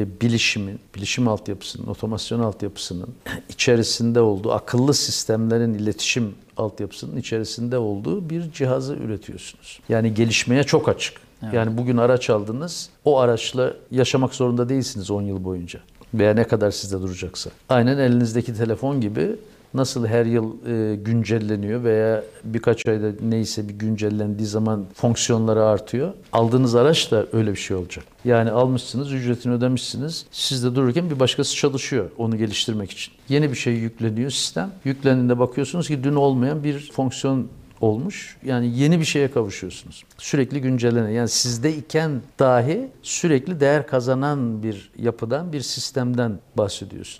bilişim altyapısının, otomasyon altyapısının içerisinde olduğu, akıllı sistemlerin iletişim altyapısının içerisinde olduğu bir cihazı üretiyorsunuz. Yani gelişmeye çok açık. Evet. Yani bugün araç aldınız, o araçla yaşamak zorunda değilsiniz 10 yıl boyunca. Veya ne kadar sizde duracaksa. Aynen elinizdeki telefon gibi nasıl her yıl güncelleniyor veya birkaç ayda neyse bir güncellendiği zaman fonksiyonları artıyor. Aldığınız araç da öyle bir şey olacak. Yani almışsınız, ücretini ödemişsiniz. Siz de dururken bir başkası çalışıyor onu geliştirmek için. Yeni bir şey yükleniyor sistem. Yüklendiğinde bakıyorsunuz ki dün olmayan bir fonksiyon olmuş. Yani yeni bir şeye kavuşuyorsunuz. Sürekli güncellenen. Yani sizde iken dahi sürekli değer kazanan bir yapıdan, bir sistemden bahsediyorsunuz.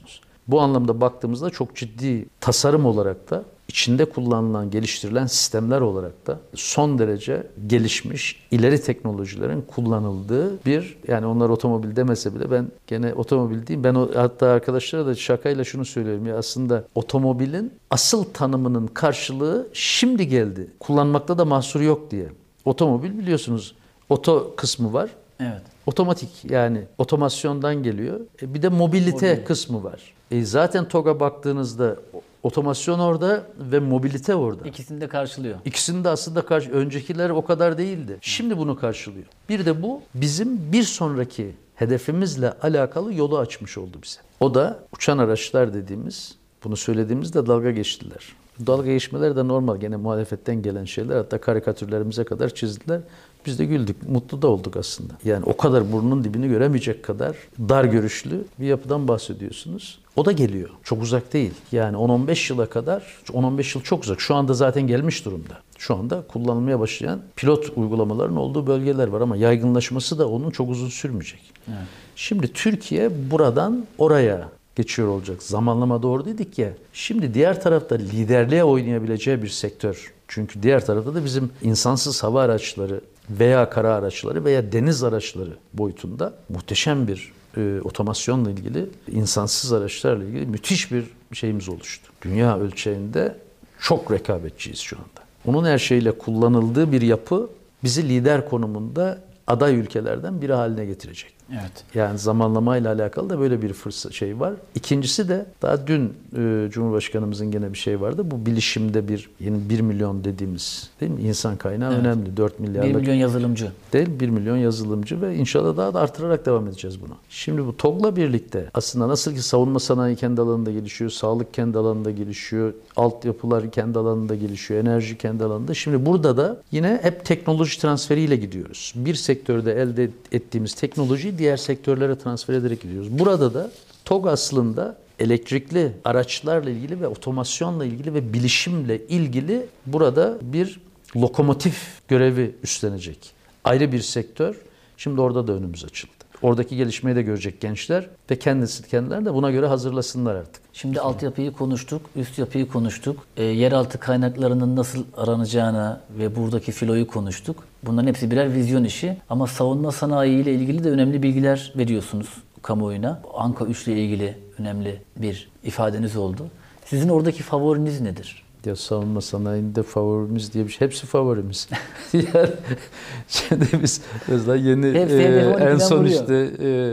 Bu anlamda baktığımızda çok ciddi tasarım olarak da içinde kullanılan, geliştirilen sistemler olarak da son derece gelişmiş, ileri teknolojilerin kullanıldığı bir, yani onlar otomobil demese bile ben gene otomobil diyeyim. Ben hatta arkadaşlara da şakayla şunu söylüyorum ya, aslında otomobilin asıl tanımının karşılığı şimdi geldi. Kullanmakta da mahsur yok diye. Otomobil biliyorsunuz oto kısmı var. Evet. Otomatik, yani otomasyondan geliyor. Bir de mobilite kısmı var. Zaten TOG'a baktığınızda otomasyon orada ve mobilite orada. İkisini de karşılıyor. İkisini de aslında öncekiler o kadar değildi. Şimdi bunu karşılıyor. Bir de bu bizim bir sonraki hedefimizle alakalı yolu açmış oldu bize. O da uçan araçlar dediğimiz, bunu söylediğimizde dalga geçtiler. Dalga geçmeler de normal. Gene muhalefetten gelen şeyler, hatta karikatürlerimize kadar çizdiler. Biz de güldük. Mutlu da olduk aslında. Yani o kadar burnunun dibini göremeyecek kadar dar görüşlü bir yapıdan bahsediyorsunuz. O da geliyor. Çok uzak değil. Yani 10-15 yıla kadar, 10-15 yıl çok uzak. Şu anda zaten gelmiş durumda. Şu anda kullanılmaya başlayan pilot uygulamaların olduğu bölgeler var ama yaygınlaşması da onun çok uzun sürmeyecek. Evet. Şimdi Türkiye buradan oraya geçiyor olacak. Zamanlama doğru dedik ya. Şimdi diğer tarafta liderliğe oynayabileceği bir sektör. Çünkü diğer tarafta da bizim insansız hava araçları veya kara araçları veya deniz araçları boyutunda muhteşem bir otomasyonla ilgili, insansız araçlarla ilgili müthiş bir şeyimiz oluştu. Dünya ölçeğinde çok rekabetçiyiz şu anda. Onun her şeyle kullanıldığı bir yapı bizi lider konumunda aday ülkelerden biri haline getirecek. Evet. Yani zamanlamayla alakalı da böyle bir fırsat şey var. İkincisi de daha dün Cumhurbaşkanımızın gene bir şey vardı. Bu bilişimde yeni 1 milyon dediğimiz, değil mi? İnsan kaynağı önemli. 4 milyarlık. 1 milyon yazılımcı. Değil, 1 milyon yazılımcı ve inşallah daha da artırarak devam edeceğiz bunu. Şimdi bu TOG'la birlikte aslında nasıl ki savunma sanayi kendi alanında gelişiyor, sağlık kendi alanında gelişiyor, altyapılar kendi alanında gelişiyor, enerji kendi alanında. Şimdi burada da yine hep teknoloji transferiyle gidiyoruz. Bir sektörde elde ettiğimiz teknolojiyi diğer sektörlere transfer ederek gidiyoruz. Burada da TOG aslında elektrikli araçlarla ilgili ve otomasyonla ilgili ve bilişimle ilgili burada bir lokomotif görevi üstlenecek. Ayrı bir sektör. Şimdi orada da önümüz açıldı. Oradaki gelişmeyi de görecek gençler ve kendileri de buna göre hazırlasınlar artık. Şimdi altyapıyı konuştuk, üst yapıyı konuştuk. Yeraltı kaynaklarının nasıl aranacağını ve buradaki filoyu konuştuk. Bunların hepsi birer vizyon işi. Ama savunma sanayi ile ilgili de önemli bilgiler veriyorsunuz kamuoyuna. Anka 3 ile ilgili önemli bir ifadeniz oldu. Sizin oradaki favoriniz nedir? Ya savunma sanayinde favorimiz diye bir şey. Hepsi favorimiz. Yani şimdi biz mesela yeni en son işte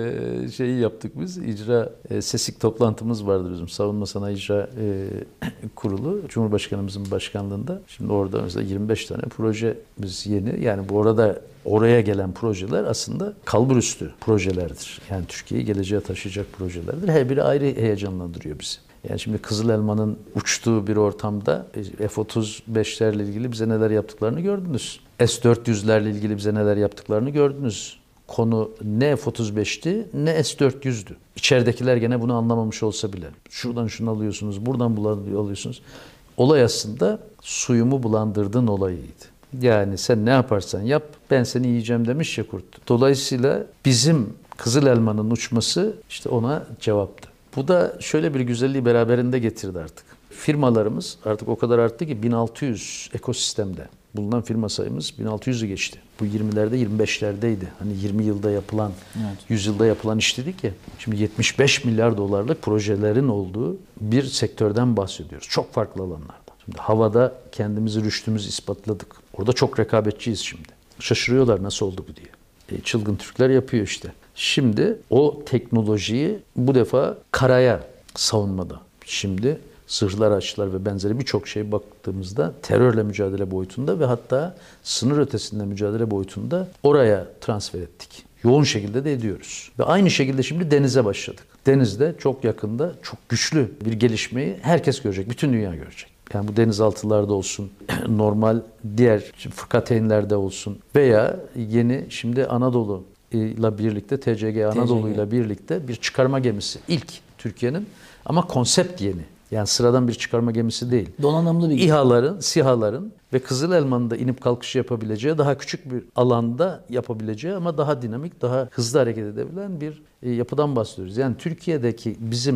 şeyi yaptık biz. İcra SESİK toplantımız vardı bizim. Savunma Sanayi İcra Kurulu. Cumhurbaşkanımızın başkanlığında. Şimdi orada mesela 25 tane projemiz yeni. Yani bu arada oraya gelen projeler aslında kalburüstü projelerdir. Yani Türkiye'yi geleceğe taşıyacak projelerdir. Her biri ayrı heyecanlandırıyor bizi. Yani şimdi Kızıl Elma'nın uçtuğu bir ortamda F-35'lerle ilgili bize neler yaptıklarını gördünüz. S-400'lerle ilgili bize neler yaptıklarını gördünüz. Konu ne F-35'ti ne S-400'dü. İçeridekiler gene bunu anlamamış olsa bile. Şuradan şunu alıyorsunuz, buradan bunu alıyorsunuz. Olay aslında suyumu bulandırdın olayıydı. Yani sen ne yaparsan yap ben seni yiyeceğim demiş ya kurt. Dolayısıyla bizim Kızıl Elma'nın uçması işte ona cevaptı. Bu da şöyle bir güzelliği beraberinde getirdi artık. Firmalarımız artık o kadar arttı ki 1600 ekosistemde bulunan firma sayımız 1600'ü geçti. Bu 20'lerde 25'lerdeydi. Hani 20 yılda yapılan, 100 yılda yapılan iş dedik ya. Şimdi 75 milyar dolarlık projelerin olduğu bir sektörden bahsediyoruz. Çok farklı alanlarda. Şimdi havada kendimizi rüştümüzü ispatladık. Orada çok rekabetçiyiz şimdi. Şaşırıyorlar nasıl oldu bu diye. Çılgın Türkler yapıyor işte. Şimdi o teknolojiyi bu defa karaya savunmada. Şimdi zırhlı araçlar ve benzeri birçok şey baktığımızda terörle mücadele boyutunda ve hatta sınır ötesinde mücadele boyutunda oraya transfer ettik. Yoğun şekilde de ediyoruz. Ve aynı şekilde şimdi denize başladık. Denizde çok yakında çok güçlü bir gelişmeyi herkes görecek. Bütün dünya görecek. Yani bu denizaltılarda olsun, normal diğer fırkateynlerde olsun veya yeni şimdi Anadolu ile birlikte TCG Anadolu ile birlikte bir çıkarma gemisi. İlk Türkiye'nin ama konsept yeni. Yani sıradan bir çıkarma gemisi değil. Donanımlı bir İHA'ların, SİHA'ların ve Kızıl Elma'nın da inip kalkış yapabileceği, daha küçük bir alanda yapabileceği ama daha dinamik, daha hızlı hareket edebilen bir yapıdan bahsediyoruz. Yani Türkiye'deki bizim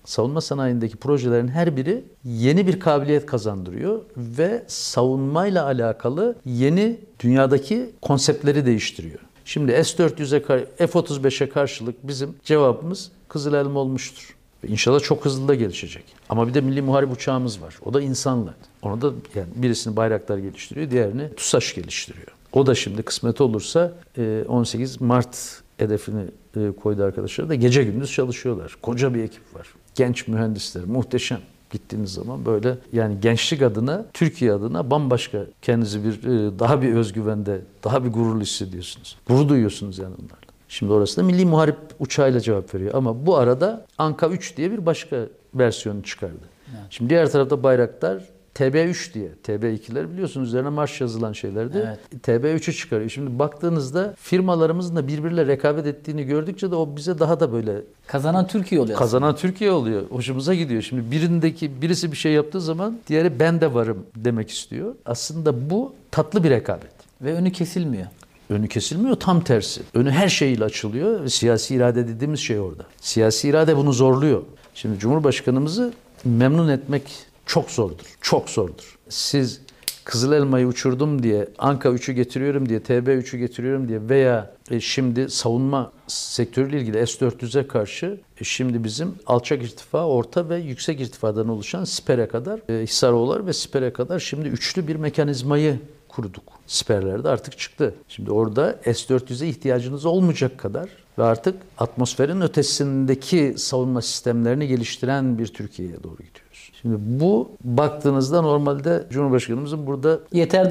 savunma sanayindeki projelerin her biri yeni bir kabiliyet kazandırıyor ve savunmayla alakalı yeni dünyadaki konseptleri değiştiriyor. Şimdi S-400'e, F-35'e karşılık bizim cevabımız Kızıl Elma olmuştur. İnşallah çok hızlı da gelişecek. Ama bir de milli muharip uçağımız var. O da insanlı. Onu da yani birisini Bayraktar geliştiriyor, diğerini TUSAŞ geliştiriyor. O da şimdi kısmet olursa 18 Mart hedefini koydu arkadaşlar da gece gündüz çalışıyorlar. Koca bir ekip var. Genç mühendisler, muhteşem. Gittiğiniz zaman böyle yani gençlik adına, Türkiye adına bambaşka kendinizi daha bir özgüvende, daha bir gururlu hissediyorsunuz. Gurur duyuyorsunuz yani onlarla. Şimdi orası da milli muharip uçağıyla cevap veriyor. Ama bu arada Anka 3 diye bir başka versiyonu çıkardı. Evet. Şimdi diğer tarafta Bayraktar TB3 diye. TB2'ler biliyorsunuz üzerine marş yazılan şeylerdi. Evet. TB3'ü çıkarıyor. Şimdi baktığınızda firmalarımızın da birbiriyle rekabet ettiğini gördükçe de o bize daha da böyle kazanan Türkiye oluyor. Kazanan Türkiye oluyor. Hoşumuza gidiyor. Şimdi birisi bir şey yaptığı zaman diğeri ben de varım demek istiyor. Aslında bu tatlı bir rekabet. Ve önü kesilmiyor. Önü kesilmiyor, tam tersi. Önü her şeyle açılıyor ve siyasi irade dediğimiz şey orada. Siyasi irade bunu zorluyor. Şimdi Cumhurbaşkanımızı memnun etmek çok zordur. Çok zordur. Siz Kızıl Elma'yı uçurdum diye, Anka 3'ü getiriyorum diye, TB3'ü getiriyorum diye veya şimdi savunma sektörüyle ilgili S-400'e karşı şimdi bizim alçak irtifa, orta ve yüksek irtifadan oluşan Siper'e kadar, Hisaroglar ve Siper'e kadar şimdi üçlü bir mekanizmayı kurduk. Siperlerde artık çıktı. Şimdi orada S-400'e ihtiyacınız olmayacak kadar ve artık atmosferin ötesindeki savunma sistemlerini geliştiren bir Türkiye'ye doğru gidiyoruz. Şimdi bu baktığınızda normalde Cumhurbaşkanımızın burada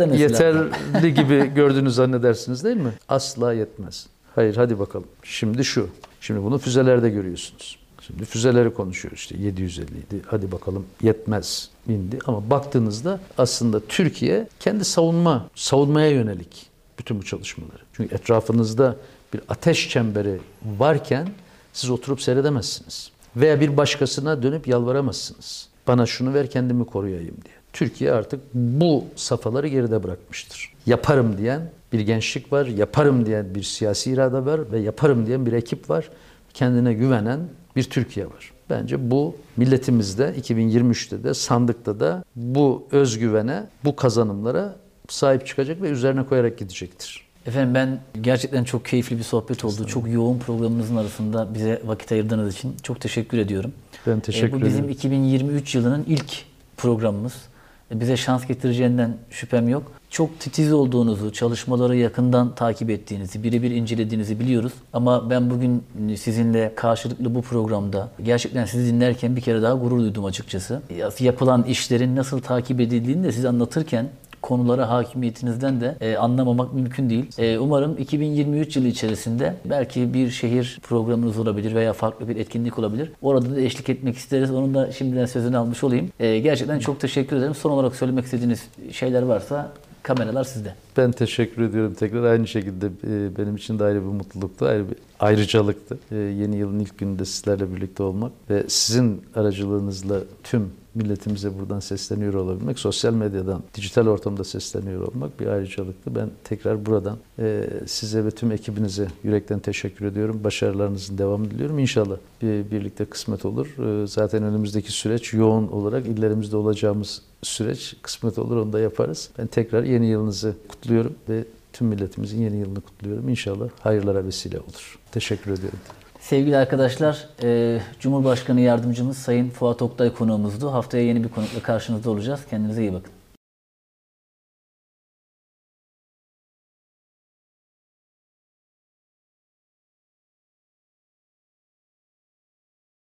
yeterli gibi gördüğünü zannedersiniz değil mi? Asla yetmez. Hayır hadi bakalım. Şimdi şu. Şimdi bunu füzelerde görüyorsunuz. Şimdi füzeleri konuşuyoruz işte 750 idi. Hadi bakalım yetmez indi. Ama baktığınızda aslında Türkiye kendi savunmaya yönelik bütün bu çalışmaları. Çünkü etrafınızda bir ateş çemberi varken siz oturup seyredemezsiniz. Veya bir başkasına dönüp yalvaramazsınız. Bana şunu ver kendimi koruyayım diye. Türkiye artık bu safhaları geride bırakmıştır. Yaparım diyen bir gençlik var, yaparım diyen bir siyasi irade var ve yaparım diyen bir ekip var. Kendine güvenen bir Türkiye var. Bence bu milletimizde 2023'te de sandıkta da bu özgüvene, bu kazanımlara sahip çıkacak ve üzerine koyarak gidecektir. Efendim ben gerçekten çok keyifli bir sohbet oldu. Çok yoğun programımızın arasında bize vakit ayırdığınız için çok teşekkür ediyorum. Ben teşekkür ederim. Bu bizim 2023 yılının ilk programımız. Bize şans getireceğinden şüphem yok. Çok titiz olduğunuzu, çalışmaları yakından takip ettiğinizi, birebir incelediğinizi biliyoruz. Ama ben bugün sizinle karşılıklı bu programda gerçekten sizi dinlerken bir kere daha gurur duydum açıkçası. Yapılan işlerin nasıl takip edildiğini de siz anlatırken konulara hakimiyetinizden de anlamamak mümkün değil. Umarım 2023 yılı içerisinde belki bir şehir programınız olabilir veya farklı bir etkinlik olabilir. Orada da eşlik etmek isteriz. Onun da şimdiden sözünü almış olayım. Gerçekten çok teşekkür ederim. Son olarak söylemek istediğiniz şeyler varsa kameralar sizde. Ben teşekkür ediyorum tekrar. Aynı şekilde benim için de ayrı bir mutluluktu, ayrı bir ayrıcalıktı. Yeni yılın ilk gününde sizlerle birlikte olmak ve sizin aracılığınızla tüm milletimize buradan sesleniyor olabilmek, sosyal medyadan, dijital ortamda sesleniyor olmak bir ayrıcalıktı. Ben tekrar buradan size ve tüm ekibinize yürekten teşekkür ediyorum. Başarılarınızın devamını diliyorum. İnşallah birlikte kısmet olur. Zaten önümüzdeki süreç yoğun olarak illerimizde olacağımız süreç kısmet olur. Onu da yaparız. Ben tekrar yeni yılınızı kutluyorum ve tüm milletimizin yeni yılını kutluyorum. İnşallah hayırlara vesile olur. Teşekkür ediyorum. Sevgili arkadaşlar, Cumhurbaşkanı Yardımcımız Sayın Fuat Oktay konuğumuzdu. Haftaya yeni bir konukla karşınızda olacağız. Kendinize iyi bakın.